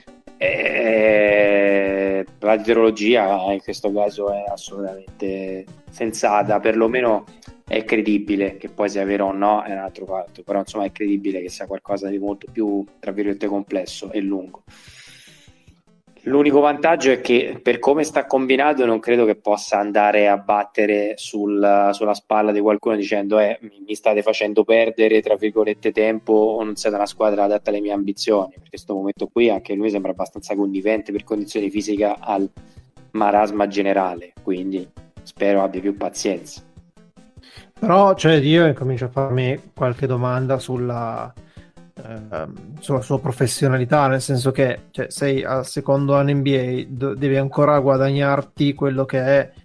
Eh, la dietrologia in questo caso è assolutamente sensata, perlomeno è credibile. Che poi sia vero o no è un altro fatto, però insomma è credibile che sia qualcosa di molto più, tra virgolette, complesso e lungo. L'unico vantaggio è che per come sta combinato non credo che possa andare a battere sul, sulla spalla di qualcuno dicendo eh, mi state facendo perdere, tra virgolette, tempo, o non siete una squadra adatta alle mie ambizioni, perché in questo momento qui anche lui sembra abbastanza connivente per condizioni fisiche al marasma generale, quindi spero abbia più pazienza. Però cioè, io comincio a farmi qualche domanda sulla sulla sua professionalità, nel senso che cioè, sei al secondo anno N B A, do- devi ancora guadagnarti quello che è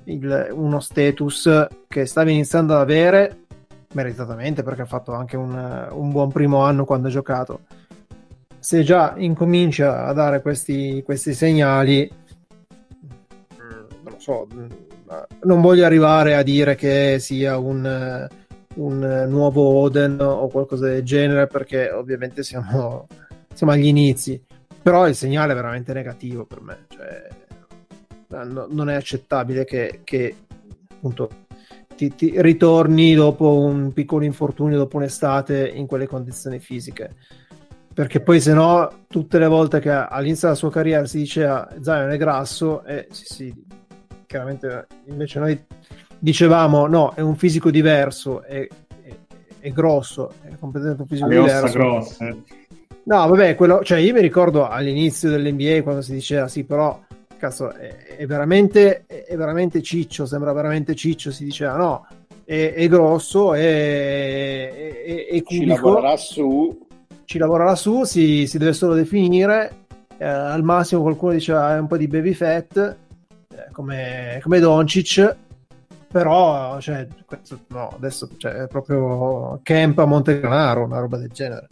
il, uno status che stava iniziando ad avere meritatamente, perché ha fatto anche un, un buon primo anno quando ha giocato. Se già incomincia a dare questi, questi segnali, non lo so, non voglio arrivare a dire che sia un, un nuovo Oden o qualcosa del genere, perché ovviamente siamo, siamo agli inizi, però il segnale è veramente negativo per me, cioè, no, non è accettabile che, che appunto ti, ti ritorni dopo un piccolo infortunio, dopo un'estate in quelle condizioni fisiche, perché poi se no tutte le volte che all'inizio della sua carriera si diceva Zion è grasso, e sì, sì, chiaramente invece noi dicevamo no, è un fisico diverso, è, è, è grosso, è completamente un fisico le ossa diverso. grosse. No, vabbè, quello, cioè io mi ricordo all'inizio dell'N B A quando si diceva sì, però cazzo, è, è veramente è veramente ciccio, sembra veramente ciccio, si diceva no, è, è grosso, è, è, è cubico, ci lavorerà su ci lavorerà su, si, si deve solo definire, eh, al massimo qualcuno diceva è un po' di baby fat, eh, come, come Doncic, però cioè, questo, no, adesso cioè, è proprio camp a Montegranaro, una roba del genere.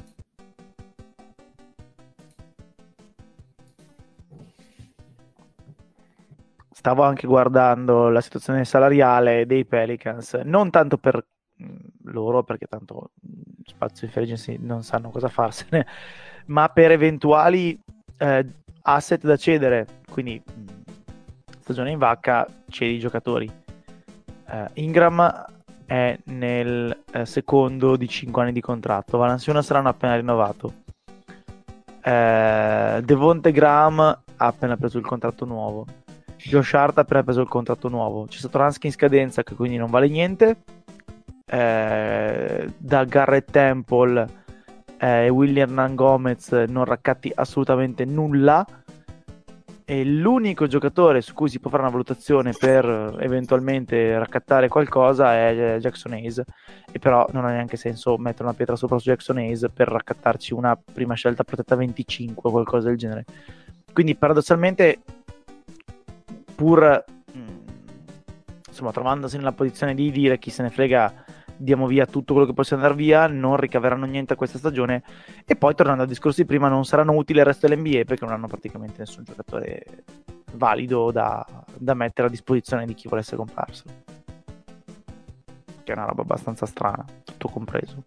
Stavo anche guardando la situazione salariale dei Pelicans, non tanto per loro, perché tanto spazio di free agency non sanno cosa farsene, ma per eventuali eh, asset da cedere, quindi stagione in vacca, cedi i giocatori. eh, Ingram è nel eh, secondo di cinque anni di contratto, Valanciunas saranno appena rinnovato, eh, Devonte Graham ha appena preso il contratto nuovo, Josh Hart ha appena preso il contratto nuovo, c'è Satoransky in scadenza che quindi non vale niente, eh, da Garrett Temple e eh, William Hernan Gomez non raccatti assolutamente nulla, e l'unico giocatore su cui si può fare una valutazione per eventualmente raccattare qualcosa è Jackson Hayes, e però non ha neanche senso mettere una pietra sopra su Jackson Hayes per raccattarci una prima scelta protetta venticinque o qualcosa del genere. Quindi paradossalmente, pur insomma trovandosi nella posizione di dire chi se ne frega, diamo via tutto quello che possiamo andare via, non ricaveranno niente a questa stagione, e poi tornando al discorso di prima non saranno utili al resto dell'N B A perché non hanno praticamente nessun giocatore valido da, da mettere a disposizione di chi volesse comprarselo, che è una roba abbastanza strana, tutto compreso.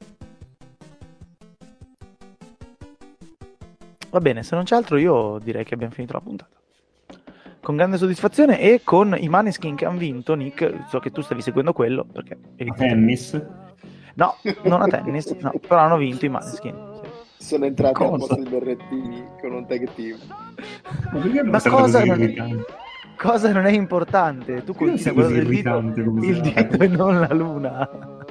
Va bene, se non c'è altro io direi che abbiamo finito la puntata con grande soddisfazione, e con i Maneskin che hanno vinto. Nick, so che tu stavi seguendo quello perché a tennis? No, non a tennis, no, però hanno vinto i Maneskin. Sì. Sono entrati Cosa? a posto di Berrettini con un tag team. Ma, Ma cosa non, è, cosa non è importante? Tu continui a guardare il dito, il dito e non la luna.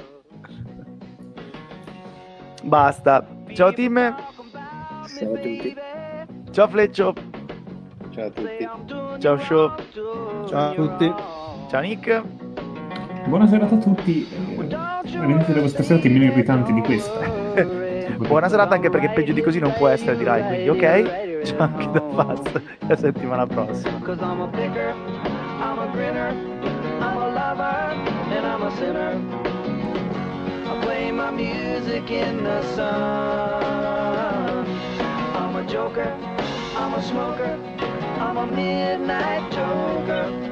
Basta. Ciao team. Ciao a tutti. Ciao Fleccio. Ciao a tutti. Ciao Show. Ciao a tutti. Ciao Nick. Buona serata a tutti. Veramente da questa serata meno irritanti di questa. Buona serata, anche perché peggio di così non può essere, dirai, quindi ok. Ciao anche da Faz. La settimana prossima. I'm a smoker, I'm a midnight joker.